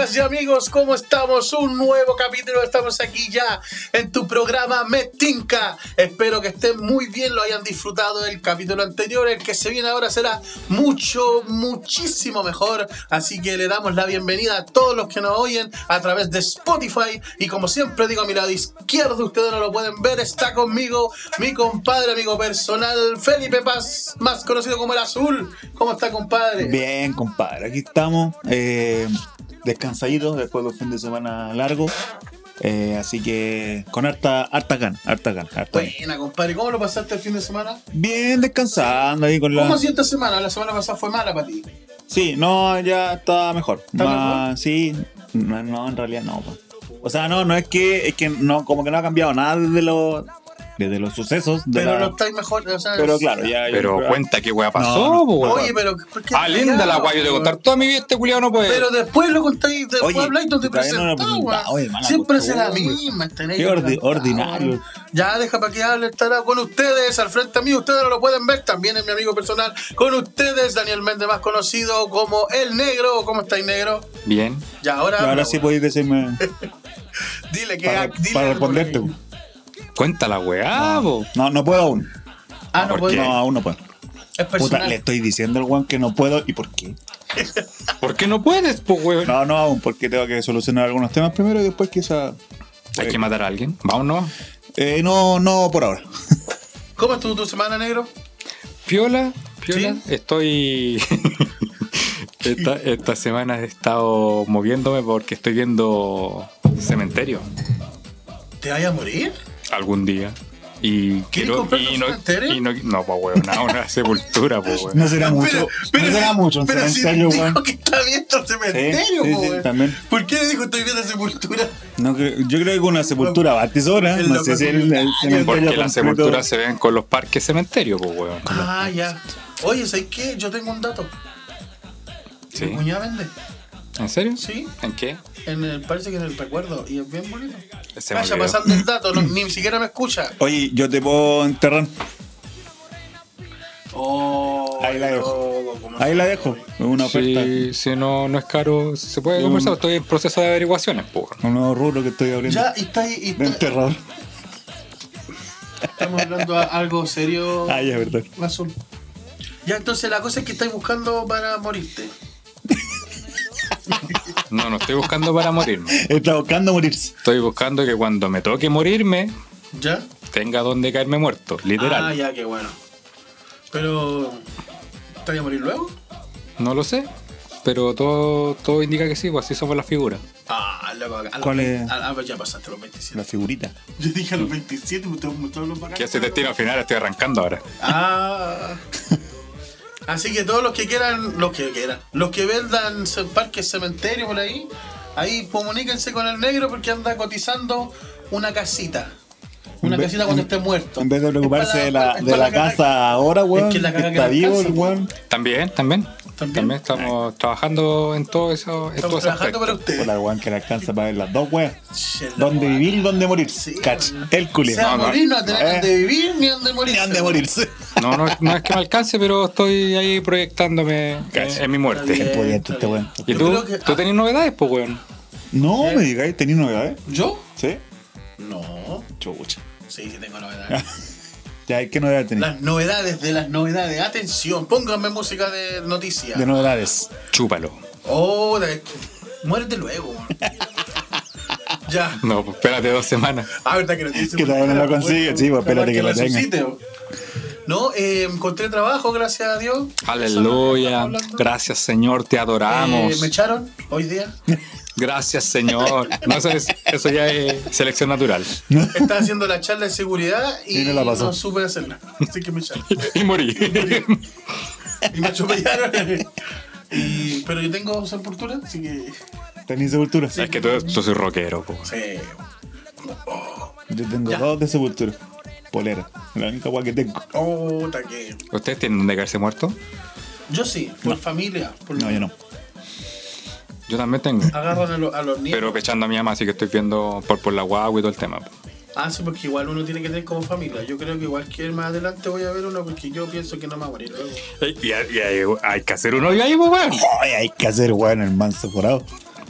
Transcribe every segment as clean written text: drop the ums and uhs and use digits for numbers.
Amigas y amigos, ¿cómo estamos? Un nuevo capítulo, estamos aquí ya en tu programa Me Tinca. Espero que estén muy bien, lo hayan disfrutado del capítulo anterior. El que se viene ahora será muchísimo mejor. Así que le damos la bienvenida a todos los que nos oyen a través de Spotify. Y como siempre digo, a mi lado izquierdo, ustedes no lo pueden ver, está conmigo mi compadre, amigo personal, Felipe Paz, más conocido como el Azul. ¿Cómo está, compadre? Bien, compadre, aquí estamos descansaditos después de un fin de semana largo, así que con harta gana. Buena, compadre, ¿cómo lo pasaste el fin de semana? Bien, descansando ahí con la... ¿Cómo ha sido esta semana? La semana pasada fue mala para ti. Sí, no, ya está mejor. ¿Está mejor? Sí, no, en realidad no. O sea, no es que no, como que no ha cambiado nada desde los sucesos. Pero no estáis mejor, o sea... Pero claro, ya... Pero cuenta qué weá pasó, po, weón. Oye, pero... ¿por qué Linda la weá, yo te contar toda mi vida, este culiao no puede. Pero después lo contáis, después Oye, habláis, no te todavía no lo he presentás, presentado, oye, weón. mala Siempre costumbre, será la misma, este Qué negro. ordinario. Ya, deja para que hable, estará con ustedes, al frente mío, ustedes no lo pueden ver, también es mi amigo personal. Con ustedes, Daniel Méndez, más conocido como El Negro. ¿Cómo estáis, Negro? Bien. Ya, ahora... Ahora sí podéis decirme Dile que... para responderte. Cuenta la weá, po. No puedo aún. no ¿por puedo. qué? No, aún no puedo. Es Puta, personal. le estoy diciendo al weón que no puedo. ¿Y por qué? ¿Por qué no puedes, po, weón? No aún, porque tengo que solucionar algunos temas primero y después quizá... Hay que matar a alguien. Vámonos. No por ahora. ¿Cómo estuvo tu semana, Negro? Piola. ¿Sí? Estoy... Esta semana he estado moviéndome porque estoy viendo Cementerio ¿Te vayas a morir? algún día. Y ¿Quieres comprar un cementerio? no, pues weón, una sepultura, pues weón. No será mucho. No será mucho un pero cementerio, si weón. dijo que está viendo el cementerio, Sí, po, weón. también. ¿Por qué le dijo estoy viendo sepultura? No, yo creo que una sepultura batizora. El No sé si el cementerio Porque las completo- sepulturas se ven con los parques cementerio, pues weón. Ah, ya. Oye, ¿sabes qué? Yo tengo un dato. ¿Sí? Mi cuñada vende. ¿En serio? Sí. ¿En qué? Parece que en el recuerdo. Y es bien bonito. Se me Vaya olvidó. pasando el dato, ni siquiera me escucha. Oye, yo te puedo enterrar. Oh, Ahí la dejo. loco, ¿cómo Ahí se la llama, dejo. güey? Es una oferta. Si no es caro, se puede conversar. Estoy en proceso de averiguaciones, pues weón. Un nuevo rubro que estoy abriendo. Ya, y está ahí. De enterrador. Estamos hablando de algo serio. Ah, ya, verdad. Azul. Ya, entonces la cosa es que estáis buscando para morirte. No estoy buscando para morirme. Está buscando morirse. Estoy buscando que cuando me toque morirme, ¿Ya? tenga donde caerme muerto, literal. Ah, ya, qué bueno. Pero... ¿te voy a morir luego? No lo sé, pero todo indica que sí, pues así somos las figuras. Ah, loco, ¿Cuál es? ya pasaste los 27. La figurita. Yo dije a los 27, me todos los bacanes. ¿Qué hace destino final? Estoy arrancando ahora. Ah. Así que todos los que vendan parques, cementerios por ahí comuníquense con el Negro porque anda cotizando una casita. Una casita cuando esté muerto. En vez de preocuparse Es para de la casa ahora, weón. Es que la caga que está no vivo alcanza, el weón. También estamos trabajando en todo eso. En Estamos todo ese trabajando para aspecto. ustedes. Hola, weón, que le alcanza para ver las dos weas. Che, Dónde weón. vivir y dónde morir. Sí, Cach. weón. El culio. Se va a No, morir, no va a tener donde vivir ni donde morir. Ni dónde morirse. No es que me alcance, pero estoy ahí proyectándome en mi muerte. Está bien, Pudiente está este bien. weón. ¿Y Yo tú? creo que- ¿Tú tenés novedades, pues, weón? No me digáis, ¿tenéis novedades? ¿Yo? ¿Sí? No. Chucha. Sí, tengo novedades. Ya, ¿qué novedades tenéis? Las novedades de las novedades. Atención, pónganme música de noticias. De novedades. Chúpalo. Oh, muérete luego. weón. Ya. No, pues espérate 2 semanas. Ah, verdad que no tiene Que todavía no lo consigue, sí, pues espérate que lo tenga. resucite. No, encontré trabajo, gracias a Dios. Aleluya. Eso no estamos Gracias, Señor, te adoramos. hablando. Me echaron hoy día. Gracias, Señor. No, eso ya es selección natural. Estaba haciendo la charla de seguridad y Y no la pasó. no supe hacerla. Así que me echaron. Y morí. Y me atropellaron. Pero yo tengo sepultura, así que. ¿Tenéis sepultura? Es que tú soy rockero, po. Sí. Yo tengo Ya. 2 de sepultura. Polera. La única wea que tengo. Oh, que. ¿Ustedes tienen donde caerse muerto? Yo sí, por familia. Por No, yo no. Yo también tengo. Agarran a los niños. Pero pechando a mi mamá, así que estoy viendo por la guagua y todo el tema. Po. Ah, sí, porque igual uno tiene que tener como familia. Yo creo que igual que más adelante voy a ver uno porque yo pienso que no me va a morir luego. Y hay que hacer uno y ahí, pues, weón. Ay, hay que hacer weón el manso forado.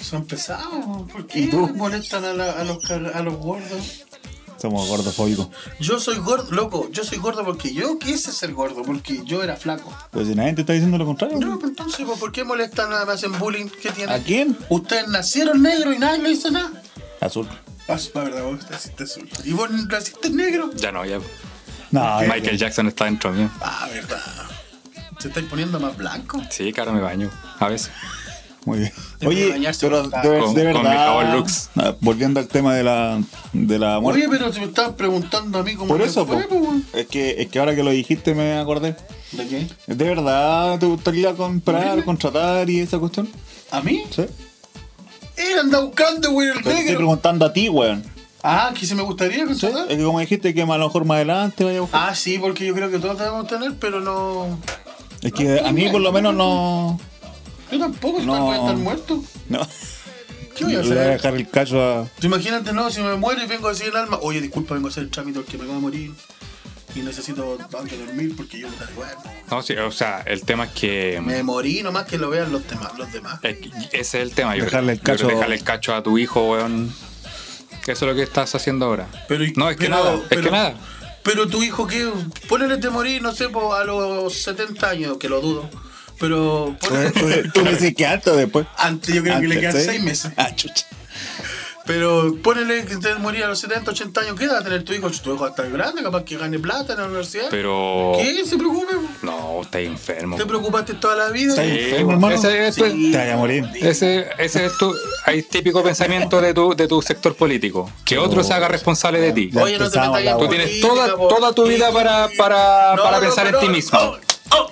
Son pesados. ¿Por qué ¿Y tú? molestan a los gordos? Somos gordofóbicos. Yo soy gordo, loco. Yo soy gordo porque yo quise ser gordo, porque yo era flaco. Pues si nadie te está diciendo lo contrario. No, pues entonces, ¿por qué molestan me hacen bullying? ¿Qué tienen? ¿A quién? Ustedes nacieron negros y nadie le dice nada. Azul. La verdad, vos naciste azul. ¿Y vos naciste negro? Ya no, ya. No, Michael Jackson está dentro mío. Ah, verdad. ¿Se estáis poniendo más blanco? Sí, claro, me baño. A veces. Muy bien. De Oye, bañarse pero con- de con mi verdad. jabón Lux. Volviendo al tema de la muerte. Oye, pero si me estabas preguntando a mí cómo Por me eso, fue, po. weón. es que ahora que lo dijiste me acordé. ¿De qué? ¿De verdad te gustaría comprar, Dime. contratar y esa cuestión? ¿A mí? Sí. Él anda buscando, güey, el Te estoy negro. preguntando a ti, weón. Ah, que si me gustaría ¿Sí? contratar. Es que como dijiste que a lo mejor más adelante vaya a buscar. Ah, sí, porque yo creo que todos debemos tener, pero no. Es que a mí por lo menos no. Yo tampoco, No. voy a estar muerto. No. ¿Qué voy a Le voy a hacer? dejar el cacho a. Tú imagínate, no, si me muero y vengo así el alma. Oye, disculpa, vengo a hacer el trámite porque me acabo de morir. Y necesito antes de dormir porque yo me bueno. No, sí, o sea, el tema es que. Me morí nomás que lo vean los demás. Ese es el tema. Dejarle el Yo creo cacho- dejarle el cacho a tu hijo, weón. Eso es lo que estás haciendo ahora. Pero, No, es que nada, es que nada. Pero tu hijo, ¿qué? Ponele de morir, no sé, a los 70 años, que lo dudo. Pero ponele, Tú me dices que alto después. antes, yo creo que le quedan ¿sí? 6 meses. Ah, chucha. Pero ponele que te morir a los 70, 80 años, ¿qué edad va a tener tu hijo? Tu hijo va a estar grande, capaz que gane plata en la universidad. Pero. ¿Qué? ¿Se preocupe? No, estás enfermo. ¿Te preocupaste toda la vida? ¿Estás Sí, enfermo, hermano? ese es Sí. Te vaya a morir. Ese es tu. Hay típico pensamiento de tu sector político. Que otro se haga responsable de ti. Ya Oye, no te empezamos metas la en Tú wea. tienes política, po. toda tu vida para No, pensar en no, ti no, mismo. no, oh.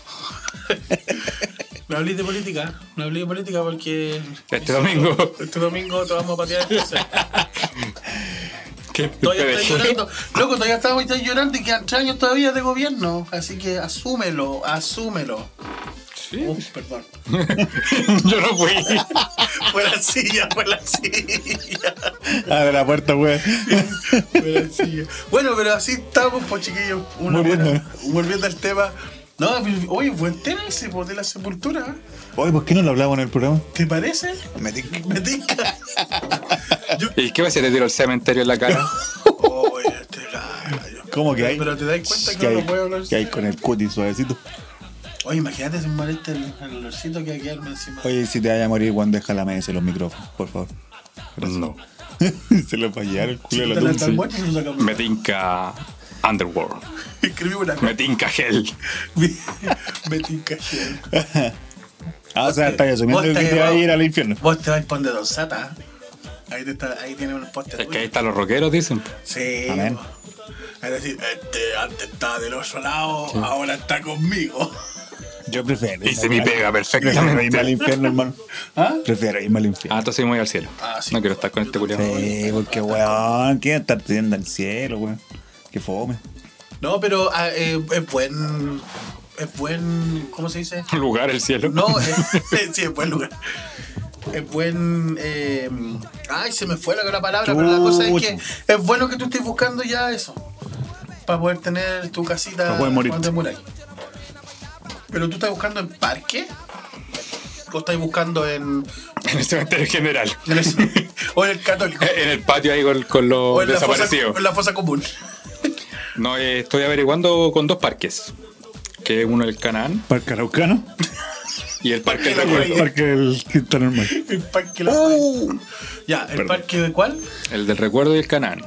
No hablé de política, porque Este domingo. te vamos a patear el tercero. ¿Qué? Todavía estás llorando. Loco, todavía estamos llorando y quedan 3 años todavía de gobierno. Así que asúmelo. Sí. Perdón. Yo no fui. Fue la silla. Abre la puerta, weón. Bueno, pero así estamos, pues chiquillos. Volviendo al tema. No, oye, buen tema ese, pues, de la sepultura. Oye, ¿por qué no lo hablamos en el programa? ¿Te parece? Me tinca. Me tinca. ¿Y qué va a hacer? ¿Te tiro el cementerio en la cara? Oye, este gallo. ¿Cómo que hay? Pero te das cuenta que ¿Qué no hay? lo puedo hablar. ¿Qué hay con el cutis suavecito? Oye, imagínate si me molesta el olorcito que hay que quedarme encima. Oye, si te vaya a morir, Juan, deja la mesa y los micrófonos, por favor. Gracias. No. Se le va a llevar el Si culo a te la la luz. dan muerto, se lo sacamos. Me tinca Underworld. Escribí una Me tinca Hell. Me tinca. Ah, o sea, estás asumiendo que te va a ir al infierno. Vos te vas a poner de Don Sata. Ahí tiene un póster. Es que ahí están los rockeros, dicen. Sí. Amén. Es decir, antes estaba del otro lado, ahora está conmigo. Yo prefiero. Hice mi pega Prefiero irme perfectamente. al infierno, hermano. ¿Ah? Prefiero irme al infierno. Ah, entonces voy al cielo. Ah, sí. No quiero estar con este culiado. Sí, porque weón, ¿quién estar teniendo al cielo, weón? Qué fome. No, pero es buen. Es buen. ¿Cómo se dice? Lugar el cielo. No, sí, es buen lugar. Es buen. Ay, se me fue la palabra, pero la cosa es que es bueno que tú estés buscando ya eso. Para poder tener tu casita Para poder morirte. cuando te muráis. Pero tú estás buscando en parque. ¿O estás buscando en En el cementerio general. o en el católico? En el patio ahí con O los en la, fosa, desaparecidos. en la fosa común. No, estoy averiguando con 2 parques. Que es uno el Canaán Parque Araucano. y el Parque del El Recuerdo. Parque del Quinto Normal. El parque la Ya, ¿el Perdón. parque de cuál? El del Recuerdo y el Canaán.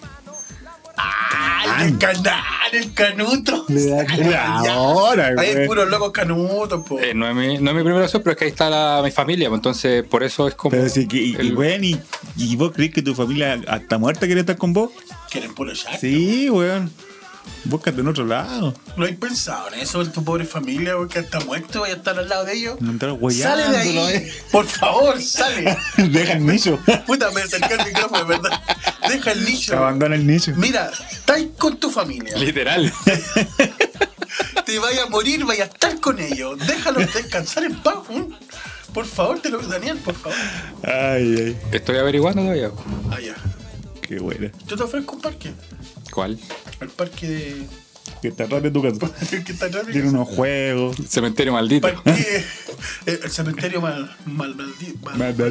¡Ay, el canal, el canuto! Ahora, Ahí hay güey. puros locos canutos, po. No es mi primera opción, pero es que ahí está mi familia. Pues, entonces, por eso es como. Pero sí, que, el- weón, ¿y vos crees que tu familia hasta muerta quiere estar con vos? Quieren puro chat. Sí, weón. Búscate en otro lado. ¿No hay pensado en eso en tu pobre familia? Porque hasta muerto vaya a estar al lado de ellos. No andar ¡Sale de hueándolo, ahí! Por favor, sale. Deja el nicho. Puta, me acerqué al micrófono, ¿verdad? Deja el nicho. Abandona el nicho. Mira, estás con tu familia. Literal. Te vaya a morir, vaya a estar con ellos. Déjalos descansar en paz, ¿eh? Por favor, Daniel, por favor. Ay, ay. Estoy averiguando todavía. Ah, ya. Qué buena. Yo te ofrezco un parque. ¿Cuál? El parque Que está atrás de tu casa. Que está atrás de mi Tiene casa. unos juegos. Cementerio maldito. Parque, el cementerio maldito.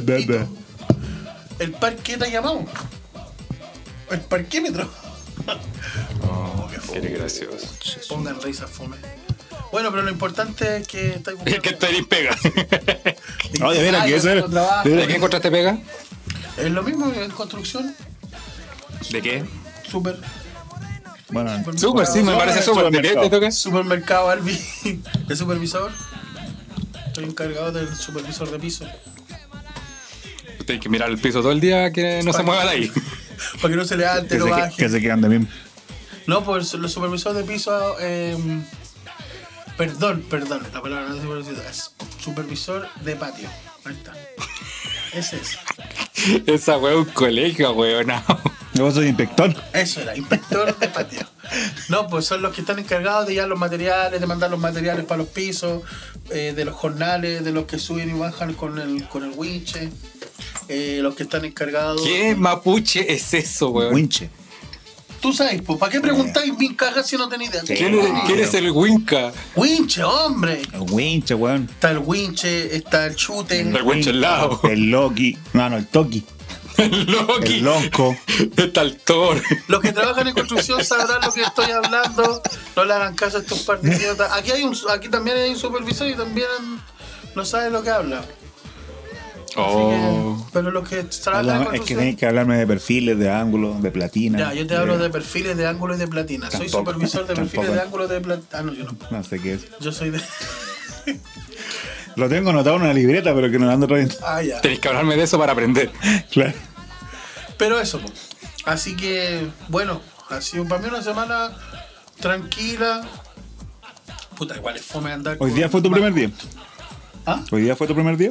El parque te llamamos. El parquímetro. Oh, qué fome. Qué gracioso. Pongan risas fome. Bueno, pero lo importante es que estáis Es que estoy en pega. No, de veras, que eso era. trabajo. ¿De qué encontraste pega? Es lo mismo en construcción. ¿De qué? Súper. Bueno, Súper, sí, me parece súper. ¿De qué te toca? Supermercado Albi. De supervisor. Estoy encargado del supervisor de piso. Tienes que mirar el piso todo el día que no se mueva de ahí. Para que no se levante, no que baje. se quedan de mí. No, pues los supervisores de piso. Perdón, la palabra no es supervisor, es supervisor de patio. Ahí está. Ese es. Esa weá es un colegio, weón. No. Yo soy inspector. Eso era, inspector de patio. No, pues son los que están encargados de llevar los materiales, de mandar los materiales para los pisos, de los jornales, de los que suben y bajan con el winche. Los que están encargados. ¿Qué mapuche es eso, weón? Winche. Tú sabes, pues, ¿para qué preguntáis bien cajas si no tenéis idea? Sí. ¿Quién es el Winca? Winche, hombre. El winche, weón. Está el winche, está el chute. El winche al lado. El Loki. No, el Toki. El Loki. El Lonco. Está el Thor. Los que trabajan en construcción sabrán lo que estoy hablando. No le hagan caso a estos par de idiotas. Aquí también hay un supervisor y también no sabe lo que habla. Así que, pero los que trabajan en Es que construcción. tenéis que hablarme de perfiles, de ángulos, de platina. Ya, yo te hablo de perfiles de ángulo y de platina. Soy Tampoco, supervisor de perfiles tampoco. de ángulo y de platina. Ah, no, yo no. No sé qué es. Yo soy de. Lo tengo anotado en una libreta, pero que no lo ando trayendo. Ah, ya. Tenéis que hablarme de eso para aprender. Claro. Pero eso, po. Así que, bueno, ha sido para mí una semana tranquila. Puta, igual es fome andar. ¿Hoy con- día fue tu primer día? ¿Ah? ¿Hoy día fue tu primer día?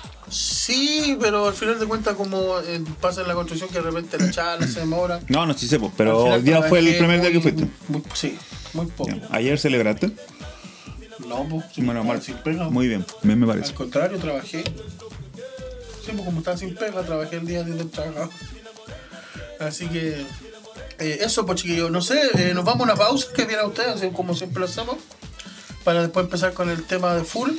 Sí, pero al final de cuentas, como pasa en la construcción, que de repente la charla se demora. No, no, sí sé, pues, pero Al final hoy día fue el trabajé primer día que muy- fuiste. Sí, muy poco. Ya. ¿Ayer celebraste? No, pues, Bueno, mal. sin pega. Muy bien, bien me Al parece. contrario, trabajé. Sí, pues como estaba sin pega, trabajé el día del trabajo. Así que eso, pues chiquillos, no sé, nos vamos a una pausa que viene a ustedes, así como siempre lo hacemos, para después empezar con el tema de full.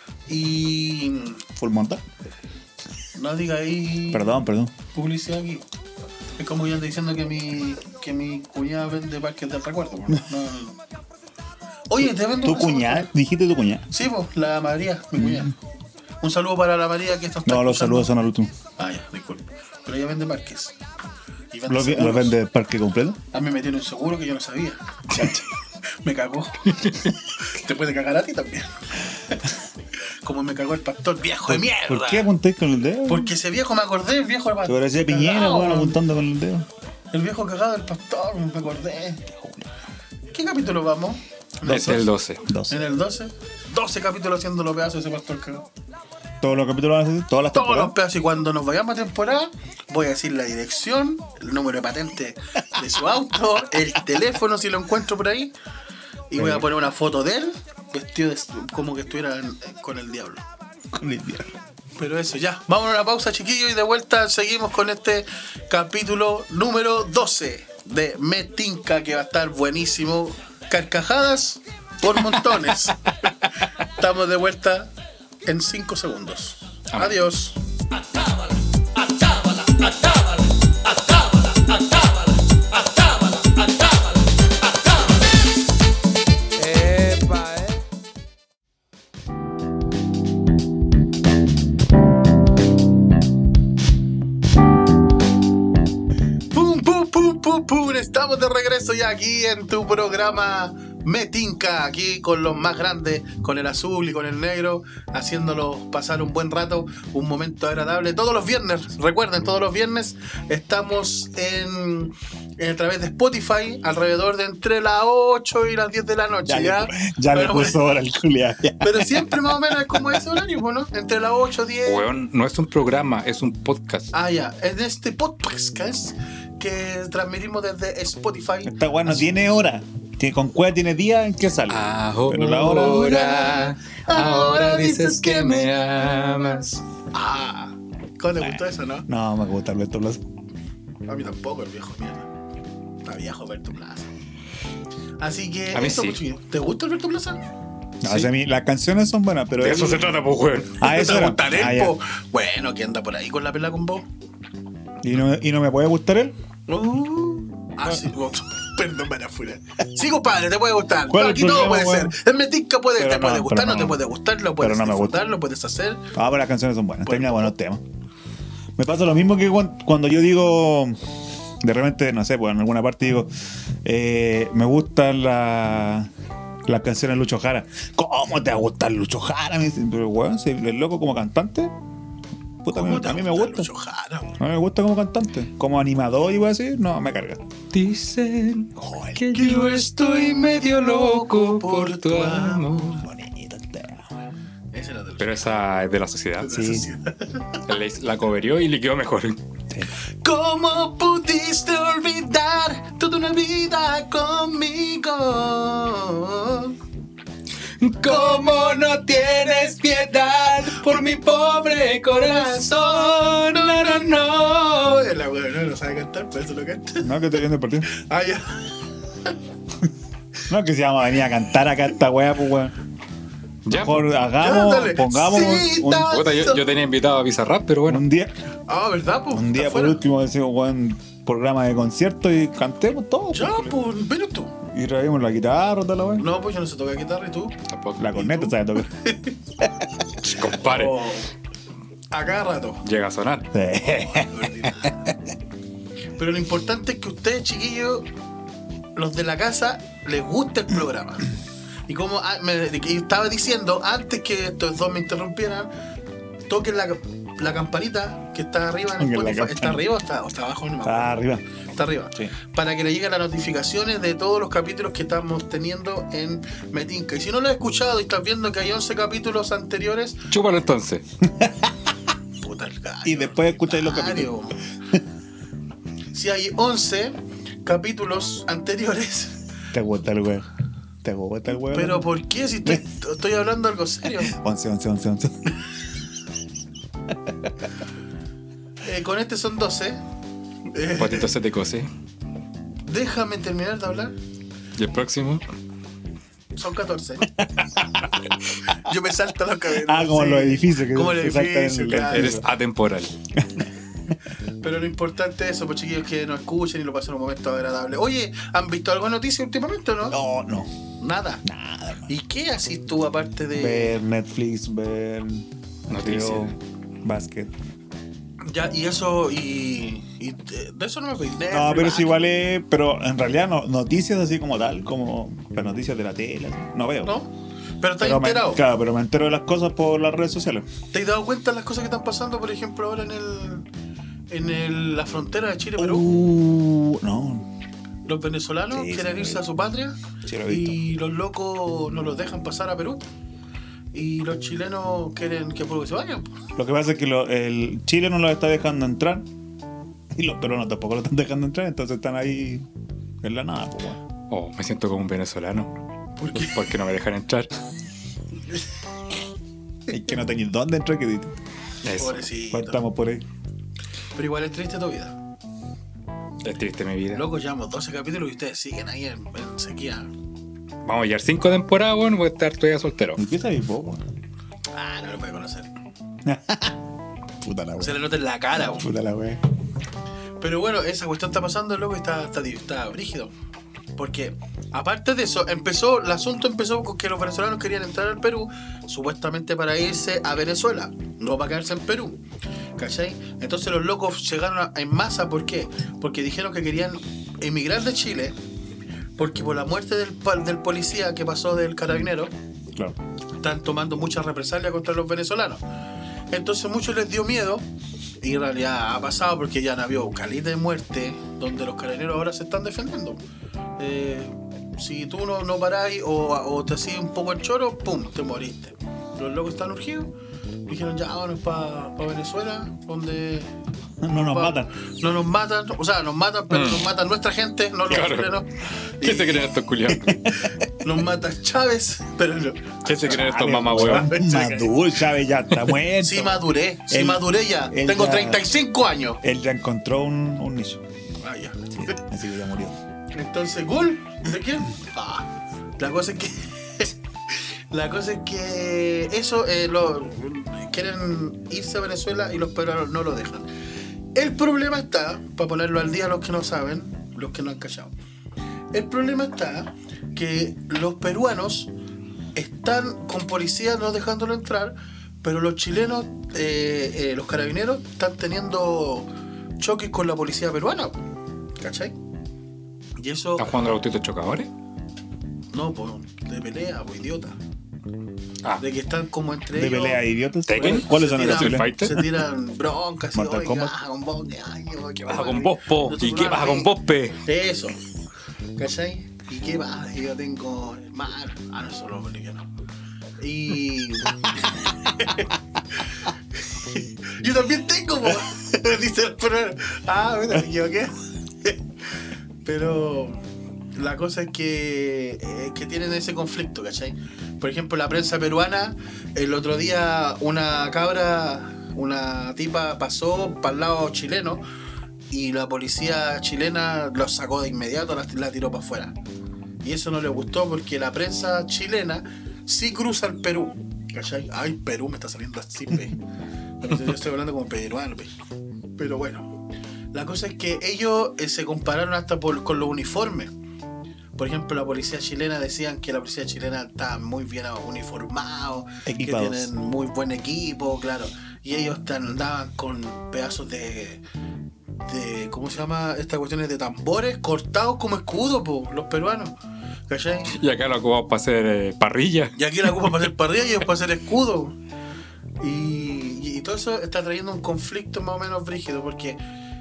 Y Full monta. no diga ahí Perdón. publicidad aquí. Es como yo ando diciendo que mi cuñada vende parques de recuerdo. No, no. Oye, te vendo ¿Tu una cuñada? ¿Dijiste tu cuñada? Sí, pues, la María, mi cuñada. Un saludo para la María que está No, los escuchando. saludos son al último. Ah, ya, disculpe. Pero ella vende parques. Y vende ¿Los seguros. vende el parque completo? A mí me metieron un seguro que yo no sabía. Me cagó. Te puede cagar a ti también. Como me cagó el pastor, viejo de mierda. ¿Por qué apuntáis con el dedo? Porque ese viejo me acordé, el viejo del Te pastor. parecía Piñera, Cagado, weón, apuntando con el dedo. El viejo cagado del pastor, me acordé. ¿Qué capítulo vamos? Es el 12. En el 12. 12 capítulos haciendo los pedazos de ese pastor cagado. Todos los capítulos van a ser, todas las Todos los temporadas. pedazos. Y cuando nos vayamos a temporada, voy a decir la dirección, el número de patente de su auto, el teléfono si lo encuentro por ahí. Y voy a poner una foto de él, vestido como que estuviera con el diablo. Con el diablo. Pero eso, ya. Vamos a una pausa, chiquillos, y de vuelta seguimos con este capítulo número 12 de Metinca, que va a estar buenísimo. Carcajadas por montones. Estamos de vuelta en 5 segundos. Amén. Adiós. ¡Pum, pum, pum, pum, pum! Estamos de regreso ya aquí en tu programa Metinca, aquí con los más grandes, con el azul y con el negro, haciéndolos pasar un buen rato, un momento agradable. Todos los viernes, recuerden, todos los viernes estamos a través de Spotify, alrededor de entre las 8 y las 10 de la noche. Ya le Pero puso bueno, ahora el culiado. pero siempre más o menos es como ese horario, ¿no? Entre las 8 y 10. Weón, no es un programa, es un podcast. Ah, ya, en este podcast que transmitimos desde Spotify. Esta weá no tiene hora. Con cueva tiene día en que sale. Pero la hora. Ahora dices que me amas. ¿Cómo te gustó eso, no? No, me gusta Alberto Plaza. A mí tampoco, el viejo mierda. Está viejo Alberto Plaza. Así que, A mí eso, sí. pues, chiquillos. ¿Te gusta Alberto Plaza? No, o sea, a mí, las canciones son buenas, pero. De eso se trata, pues, weón. Ah, eso ¿Te era. gusta él, Ah, ya. po? Bueno, que anda por ahí con la pela con vos. ¿Y no me puede gustar él? Sí, perdón, para afuera. Sí, compadre, te puede gustar. ¿Cuál es el Aquí todo puede problema, ser. En Metinca Pero te puede no, gustar, pero no te no. puede gustar, lo puedes Pero no me gusta. disfrutar, lo puedes hacer. Ah, pero las canciones son buenas. Bueno. Tenía buenos temas. Me pasa lo mismo que cuando yo digo. De repente, no sé, pues en alguna parte digo. Me gustan las canciones de Lucho Jara. ¿Cómo te va a gustar Lucho Jara? Me dicen, pero weón, si el loco como cantante. Puta, ¿Cómo te a mí me gusta gusta. Lucho Jara? A mí me gusta como cantante. Como animador y voy a decir, no, me carga. Dicen Joder, que yo estoy medio loco por tu amor. bonito el tema. Ese era de Pero esa es de la sociedad. Sí. La coverió y le quedó mejor. ¿Cómo pudiste olvidar toda una vida conmigo? ¿Cómo no tienes piedad por mi pobre corazón? No, no, no. La weón no sabe cantar, por eso lo canta. No, que estoy viendo el partido. Ah, ya. No, que si vamos a venir a cantar acá esta wea, pues weón. Ya, Mejor Ya, hagamos, dale. pongamos Sí, dale. puta, yo tenía invitado a Bizarrap, pero bueno. un día, Ah, ¿verdad, po? un día Está por fuera. último decimos, weón, programa de concierto y cantemos todo. Ya, pues, pues, pero tú. y traímos la guitarra, toda la wea. No, pues yo no sé tocar guitarra, ¿y tú? Tampoco. La corneta sabe tocar. Compare. Oh, a cada rato. Llega a sonar. Pero lo importante es que ustedes, chiquillos, los de la casa, les guste el programa. Y como y estaba diciendo, antes que estos dos me interrumpieran, toquen la campanita que está arriba en Toquen la Spotify. ¿Está campanita. arriba o está abajo? No me acuerdo. Está arriba. Está arriba. Sí. Para que le lleguen las notificaciones de todos los capítulos que estamos teniendo en Metinca. Y si no lo has escuchado y estás viendo que hay 11 capítulos anteriores, Chúpalo entonces. puta el gallo. Y después escucháis los Mario. Si hay 11 capítulos anteriores, Te gusta el weón. Te gusta el weón. pero ¿por qué? Si estoy hablando algo serio. 11. Con este son 12. Patito se te cose. Déjame terminar de hablar. Y el próximo. Son 14. Yo me salto los cabellos. Ah, como sí. los edificios que Como el se saltan en edificio, el- claro. Eres atemporal. Pero lo importante es eso, pues chiquillos, que nos escuchen y lo pasen un momento agradable. Oye, ¿han visto alguna noticia últimamente o no? No. Nada. Nada, hermano. ¿Y qué haces tú aparte de...? Ver Netflix, ver Noticias. HBO, básquet. Ya, y eso, y de eso no me pedí. No, pero es igual es. Pero en realidad no, noticias así como tal, como las noticias de la tele, así, no veo. ¿No? Pero estás Pero enterado. claro, pero me entero de las cosas por las redes sociales. ¿Te has dado cuenta de las cosas que están pasando, por ejemplo, ahora en la frontera de Chile-Perú? No. Los venezolanos Sí, quieren sí, irse lo he a su patria Sí, lo he visto. y los locos no los dejan pasar a Perú. Y los chilenos quieren que Perú se vayan. Lo que pasa es que el Chile no los está dejando entrar y los peruanos tampoco lo están dejando entrar, entonces están ahí en la nada. Pues, bueno. Oh, me siento como un venezolano. ¿Por qué? Porque no me dejan entrar. Es que no tenéis dónde entrar, que Eso. Pobrecito. estamos por ahí. Pero igual es triste tu vida. Es triste mi vida. Loco, llevamos 12 capítulos y ustedes siguen ahí en sequía. Vamos a llevar 5 temporadas, bueno, voy a estar todavía soltero. Empieza a ir poco. Ah, no lo puede conocer. Puta la Se wea. le nota en la cara. Bo. Puta la wea. Pero bueno, esa cuestión está pasando, loco, y está brígido. Porque, aparte de eso, el asunto empezó con que los venezolanos querían entrar al Perú, supuestamente para irse a Venezuela, no para quedarse en Perú. ¿Cachai? Entonces los locos llegaron en masa, ¿por qué? Porque dijeron que querían emigrar de Chile, porque por la muerte del policía que pasó del carabinero, Claro. están tomando muchas represalias contra los venezolanos. Entonces muchos les dio miedo, y en realidad ha pasado porque ya han habido caleta de muerte donde los carabineros ahora se están defendiendo. Si tú no paráis o te hacías un poco el choro, ¡pum!, te moriste. Los locos están urgidos, dijeron ya vámonos para Venezuela, donde No nos matan. no nos matan, o sea, nos matan, pero nos matan nuestra gente, no los Claro. chilenos. ¿Qué se creen estos culiados? Nos mata Chávez, pero no. ¿Qué se creen estos Chávez, mamahuevos? Maduro, Chávez ya está muerto. Sí maduré Él- ya. él Tengo ya- 35 años. Él ya encontró un nicho. Ah, ya. Sí, así que ya murió. Entonces, ¿gol? ¿De quién? La cosa es que... La cosa es que eso quieren irse a Venezuela y los peruanos no lo dejan. El problema está, para ponerlo al día a los que no saben, los que no han callado. El problema está que los peruanos están con policías no dejándolo entrar, pero los chilenos, los carabineros, están teniendo choques con la policía peruana. ¿Cachai? Y eso... ¿Están jugando a los autitos chocadores? No, pues, de pelea, pues, idiota. De que están como entre ¿De ellos. pelea de idiotas? ¿Tekken? ¿Cuáles son ¿Tiran los Street chilenos? Fighter? Se tiran broncas y Mortal oye, Kombat. con vos, ¿Qué baja con vos, po? ¿Y qué baja con vos, pe? Eso. ¿Cachai? ¿Y qué pasa? Yo tengo el mar. No solo boliviano. Y. Yo también tengo, po. Dice el peruano. Mira, me equivoqué. Pero. La cosa es que tienen ese conflicto, ¿cachai? Por ejemplo, la prensa peruana, el otro día una tipa pasó para el lado chileno y la policía chilena lo sacó de inmediato, la tiró para afuera. Y eso no le gustó porque la prensa chilena sí cruza el Perú, ¿cachai? Ay, Perú me está saliendo así, pe. Yo estoy hablando como peruano, pe. Pero bueno, la cosa es que ellos se compararon hasta con los uniformes. Por ejemplo, la policía chilena decían que la policía chilena está muy bien uniformado, Equipados. que tienen muy buen equipo, claro. Y ellos andaban con pedazos de ¿cómo se llama? Estas cuestiones de tambores cortados como escudo, po, los peruanos. ¿Cachai? Y acá lo ocupamos para hacer parrilla. Y aquí la ocupan para hacer parrilla y ellos para hacer escudo. Y todo eso está trayendo un conflicto más o menos brígido porque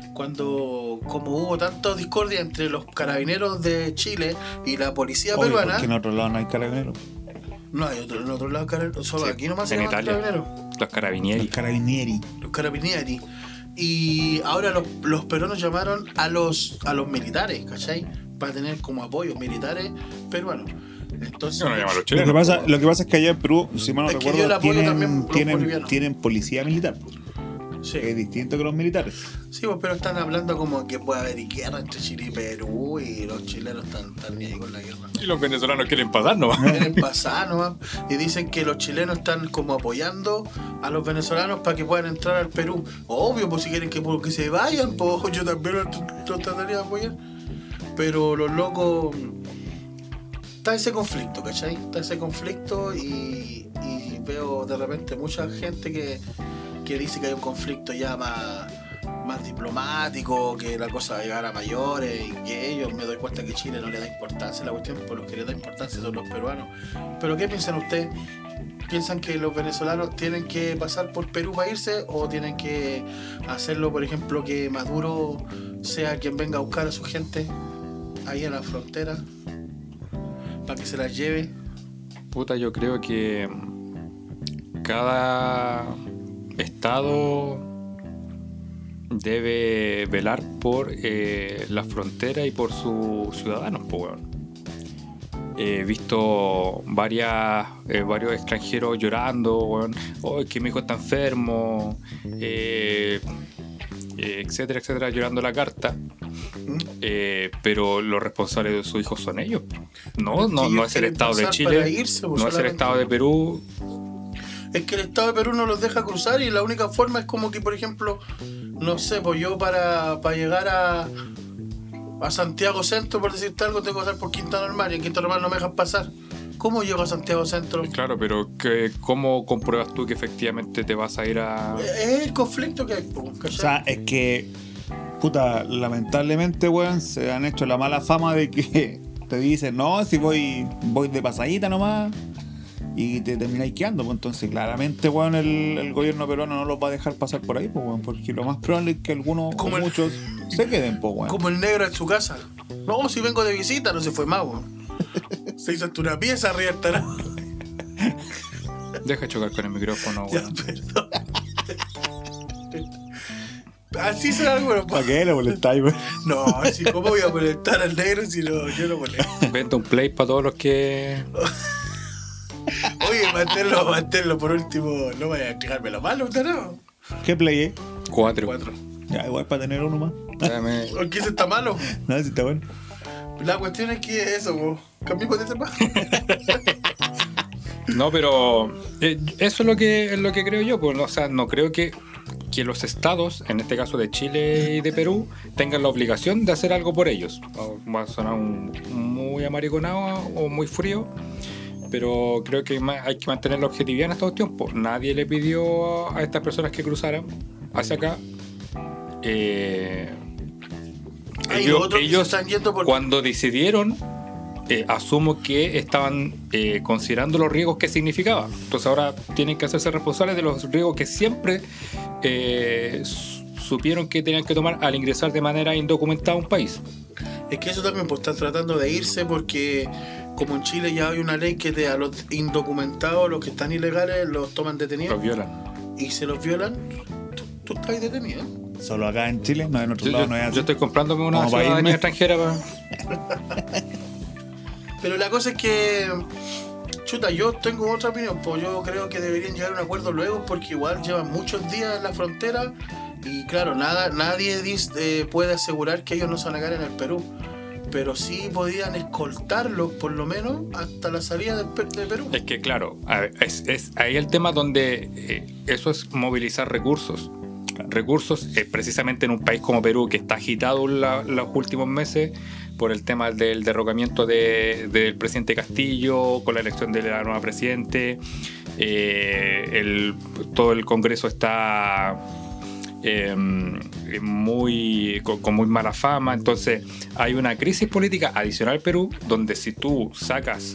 como hubo tanta discordia entre los carabineros de Chile y la policía Obvio, peruana. porque en otro lado no hay carabineros. No hay en otro lado carabineros, solo Sí, aquí nomás se en llaman Italia. carabineros. Los carabinieri. Los carabinieri. Los carabinieri. Y ahora los peruanos llamaron a los militares, ¿cachai? Para tener como apoyo militares peruanos. Entonces, No, no llaman a los Lo chilenos. que pasa es que allá en Perú, si mal no Es que yo le recuerdo, apoyo también los tienen bolivianos. policía militar. sí. Es distinto que los militares. Sí, pues, pero están hablando como que puede haber guerra entre Chile y Perú y los chilenos están ni ahí con la guerra. Y los venezolanos quieren pasar nomás. Quieren pasar nomás. Y dicen que los chilenos están como apoyando a los venezolanos para que puedan entrar al Perú. Obvio, pues si quieren que se vayan, pues yo también los trataría de apoyar. Pero los locos... Está ese conflicto, ¿cachai? Está ese conflicto y veo de repente mucha gente que dice que hay un conflicto ya más diplomático, que la cosa va a llegar a mayores y que ellos, me doy cuenta que Chile no le da importancia a la cuestión, por los que le da importancia son los peruanos. Pero ¿qué piensan ustedes? ¿Piensan que los venezolanos tienen que pasar por Perú para irse o tienen que hacerlo, por ejemplo, que Maduro sea quien venga a buscar a su gente ahí a la frontera para que se las lleve? Puta, yo creo que cada estado debe velar por la frontera y por sus ciudadanos, pues, weón. He visto varios extranjeros llorando, weón. Oh, es que mi hijo está enfermo, etcétera, etcétera, llorando la carta. Pero los responsables de sus hijos son ellos. No es el Estado de Chile, no es el Estado de Perú. Es que el Estado de Perú no los deja cruzar y la única forma es como que, por ejemplo, no sé, pues yo para llegar a Santiago Centro, por decirte algo, tengo que pasar por Quintana Normal y en Quintana Normal no me dejan pasar. ¿Cómo llego a Santiago Centro? Claro, pero ¿cómo compruebas tú que efectivamente te vas a ir a...? Es el conflicto que hay, ¿cachai? O sea, es que, puta, lamentablemente, weón, se han hecho la mala fama de que te dicen, no, si voy de pasadita nomás y te termináis quedando, pues entonces claramente, weón, el gobierno peruano no los va a dejar pasar por ahí, pues, weón, porque lo más probable es que algunos o muchos se queden, pues, weón. Como el negro en su casa. No, si vengo de visita, no se fue más, weón. Se hizo hasta una pieza abierta, ¿no? Deja chocar con el micrófono, Ya, weón. perdón. Así será algo, ¿no? ¿Para qué lo molestáis, weón? No, si ¿cómo voy a molestar al negro si no, yo no molesto? Vente un play para todos los que... Oye, manténlo por último. No vaya a explicarme lo malo, ¿usted no? ¿Qué play es? 4. 4. Ya, igual para tener uno más. Dame... ¿Por qué ese está malo? No, si está bueno. La cuestión es que eso, po. Cambiemos de tema. No, pero eso es lo que creo yo. Pues, o sea, no creo que los estados, en este caso de Chile y de Perú, tengan la obligación de hacer algo por ellos. Va a sonar muy amariconado o muy frío, pero creo que hay que mantener la objetividad en estos tiempos. Nadie le pidió a estas personas que cruzaran hacia acá. Ellos están yendo por... cuando decidieron, asumo que estaban considerando los riesgos que significaba. Entonces ahora tienen que hacerse responsables de los riesgos que siempre supieron que tenían que tomar al ingresar de manera indocumentada a un país. Es que eso también, pues están tratando de irse porque como en Chile ya hay una ley que a los indocumentados, los que están ilegales, los toman detenidos. Los violan. Y se los violan, tú estás detenido. Solo acá en Chile, no en otro lado no es así. Yo estoy comprándome una Como para ciudadanía irme. extranjera Pero la cosa es que, chuta, yo tengo otra opinión, pues yo creo que deberían llegar a un acuerdo luego porque igual llevan muchos días en la frontera y claro, nadie puede asegurar que ellos no se van a quedar en el Perú. Pero sí podían escoltarlos por lo menos hasta la salida de Perú. Es que claro, es ahí el tema donde eso es movilizar recursos. Recursos, precisamente en un país como Perú, que está agitado los últimos meses por el tema del derrocamiento del presidente Castillo, con la elección de la nueva presidente. Todo el Congreso está con muy mala fama. Entonces hay una crisis política adicional al Perú, donde si tú sacas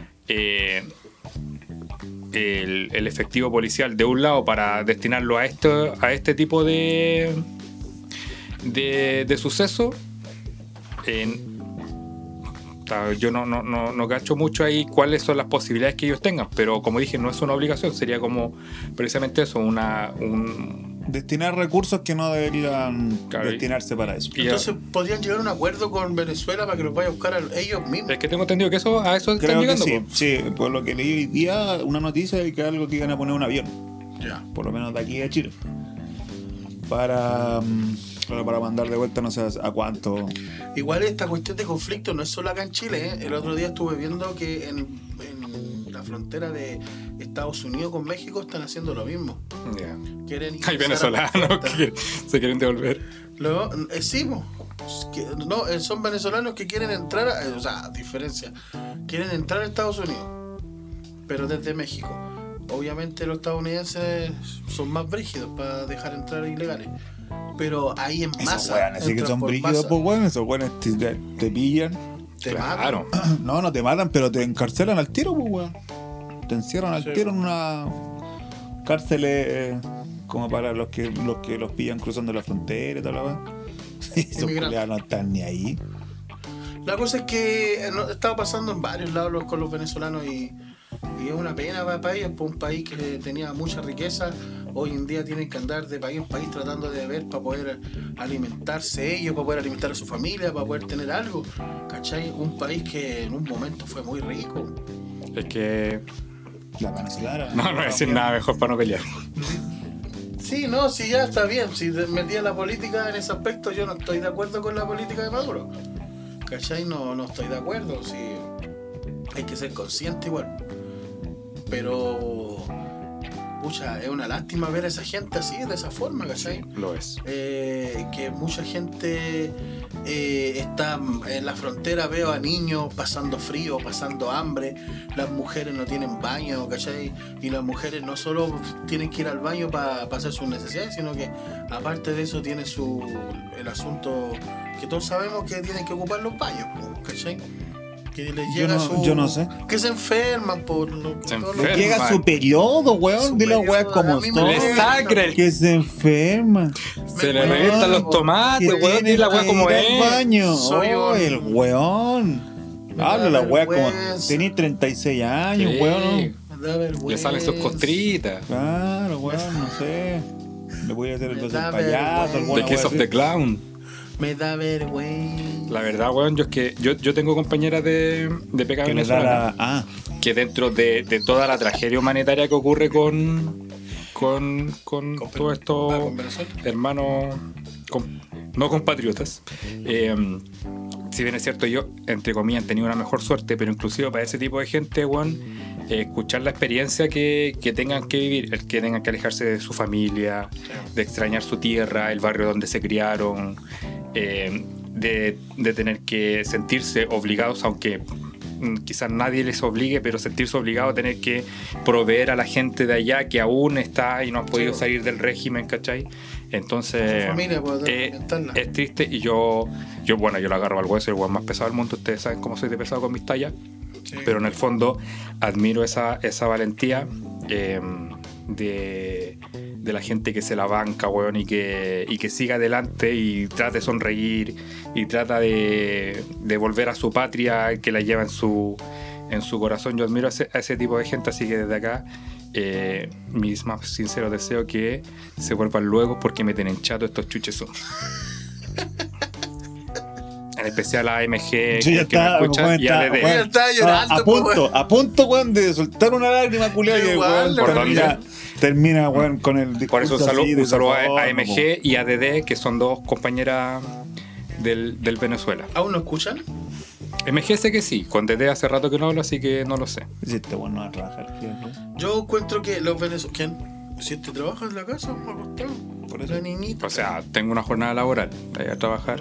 el efectivo policial de un lado para destinarlo a este tipo de suceso, yo no cacho mucho ahí cuáles son las posibilidades que ellos tengan, pero como dije, no es una obligación, sería como precisamente eso, destinar recursos que no deberían destinarse para eso. Entonces podrían llegar a un acuerdo con Venezuela para que los vaya a buscar ellos mismos. Es que tengo entendido que a eso Creo están llegando. que sí, por lo que leí hoy día, una noticia de que algo que iban a poner un avión, Ya. por lo menos de aquí a Chile, para mandar de vuelta no sé a cuánto. Igual esta cuestión de conflicto no es solo acá en Chile, ¿eh? El otro día estuve viendo que en la frontera de Estados Unidos con México están haciendo lo mismo. Yeah. Quieren Hay venezolanos que se quieren devolver. Luego, sí, son venezolanos que quieren entrar, o sea, a diferencia, quieren entrar a Estados Unidos, pero desde México. Obviamente los estadounidenses son más brígidos para dejar entrar ilegales, pero ahí en masa. Esos weones sí que entran son por brígidos, masa, pues weón, esos weones te pillan. te Claro. matan. No te matan, pero te encarcelan al tiro, pues weón. Te encierran al Sí. tiro en una cárcel como para los que los pillan cruzando la frontera y tal, la weón. Y esos Inmigrantes. culiados no están ni ahí. La cosa es que estaba pasando en varios lados con los venezolanos y es una pena para ellos, por un país que tenía mucha riqueza. Hoy en día tienen que andar de país en país tratando de ver para poder alimentarse ellos, para poder alimentar a su familia, para poder tener algo. ¿Cachai? Un país que en un momento fue muy rico. Es que La venezolana. no voy a decir nada mejor para no pelear. Sí, no, sí, ya está bien. Si metía la política en ese aspecto, yo no estoy de acuerdo con la política de Maduro. ¿Cachai? No estoy de acuerdo. Sí, hay que ser consciente igual. Pero, pucha, es una lástima ver a esa gente así, de esa forma, ¿cachai? Lo es. Que mucha gente está en la frontera, veo a niños pasando frío, pasando hambre, las mujeres no tienen baño, ¿cachai? Y las mujeres no solo tienen que ir al baño para hacer sus necesidades, sino que aparte de eso tiene el asunto que todos sabemos que tienen que ocupar los baños, ¿cachai? Que les llega yo no sé. Que se enferman por Se todos enferman. Llega su periodo, weón. Su Dile periodo, weón como a mí me son. Le sangra el- Que se enferma. Se le Weón, revientan los tomates, Que weón, tiene y la weá que como ir al es. baño. Soy Oh, un- el weón. Me da Habla la weá como. vergüenza. Tenís 36 años, Sí. weón. Me da vergüenza. Le salen sus costritas. Claro, weón, no sé. Le voy a hacer el Me beso da al payaso, vergüenza. alguna The Kiss weá of así. the Clown. Me da vergüenza. La verdad, weón, yo tengo compañeras de pega Que le da venezolana la. que dentro de toda la tragedia humanitaria que ocurre con todos estos con Venezuela. hermanos, no compatriotas, si bien es cierto, yo, entre comillas, he tenido una mejor suerte, pero inclusive para ese tipo de gente, weón, escuchar la experiencia que tengan que vivir, el que tengan que alejarse de su familia, de extrañar su tierra, el barrio donde se criaron, de tener que sentirse obligados, aunque quizás nadie les obligue, pero sentirse obligados a tener que proveer a la gente de allá que aún está y no ha podido salir del régimen, ¿cachai? Entonces familia, es triste y yo lo agarro al hueso, el hueón más pesado del mundo. Ustedes saben cómo soy de pesado con mis tallas, pero en el fondo admiro esa valentía de la gente que se la banca, weón, y que siga adelante y trata de sonreír y trata de volver a su patria que la lleva en su corazón. Yo admiro a ese tipo de gente, así que desde acá mis más sinceros deseos que se vuelvan luego, porque me tienen chato estos chuches. En especial a AMG, que me escuchan, y a DD. Estaba llorando, a punto, weón, de soltar una lágrima culiada y Igual, weón, termina, weón, con el discurso. Por eso un saludo a AMG po. y a DD, que son dos compañeras del Venezuela. ¿Aún no escuchan? MG sé que sí, con DD hace rato que no hablo, así que no lo sé. Si este weón no va a trabajar, ¿no? Yo encuentro que los venezolanos... ¿Quién? Si te trabajas en la casa, acostado. Por eso. La niñita. O sea, tengo una jornada laboral, voy a trabajar.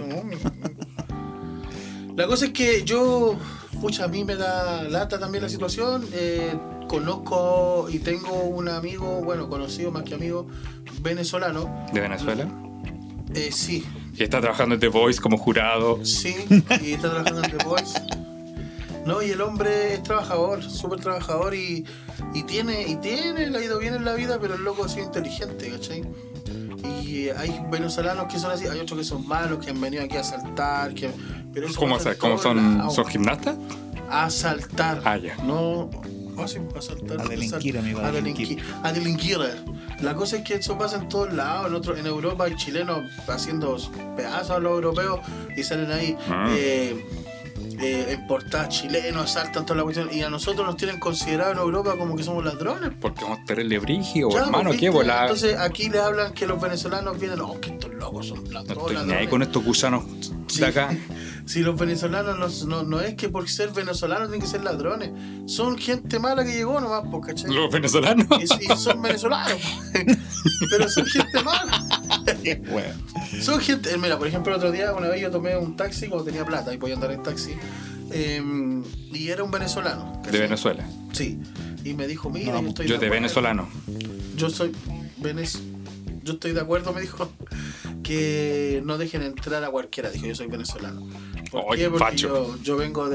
La cosa es que yo, pucha, a mí me da lata también la situación. Conozco y tengo un amigo, bueno, conocido más que amigo, venezolano. ¿De Venezuela? Sí, Y está trabajando en The Voice como jurado. sí, y está trabajando en The Voice. No, y el hombre es trabajador, súper trabajador y tiene, le ha ido bien en la vida, pero el loco ha sido inteligente, ¿cachai? Y hay venezolanos que son así, hay otros que son malos, que han venido aquí a asaltar, pero eso ¿Cómo, pasa en ¿cómo todos lados. son gimnastas? A asaltar. Ah, ya. No. Sí, a asaltar. A delinquir, amigo, a A delinquir. La cosa es que eso pasa en todos lados. En Europa hay chilenos haciendo pedazos a los europeos y salen ahí en portadas chilenos, asaltan toda la cuestión. Y a nosotros nos tienen considerado en Europa como que somos ladrones. Porque vamos a tenerle brigio, Ya, hermano, pues, qué ¿viste? volada. Entonces aquí le hablan que los venezolanos vienen, que estos locos son No ladrones. estoy ni ahí con estos gusanos de acá. Si los venezolanos no es que por ser venezolanos tienen que ser ladrones, son gente mala que llegó nomás, ¿cachai? Los venezolanos. Y son venezolanos, pero son gente mala. Bueno. Son gente. Mira, por ejemplo, el otro día, una vez yo tomé un taxi cuando tenía plata y podía andar en taxi. Y era un venezolano. ¿cachai? De Venezuela. Sí. Y me dijo, mira, No, yo estoy Yo de acuerdo. venezolano. Yo soy yo estoy de acuerdo, me dijo, que no dejen entrar a cualquiera. Dijo, yo soy venezolano. ¿Por Ay, qué? Porque facho. yo vengo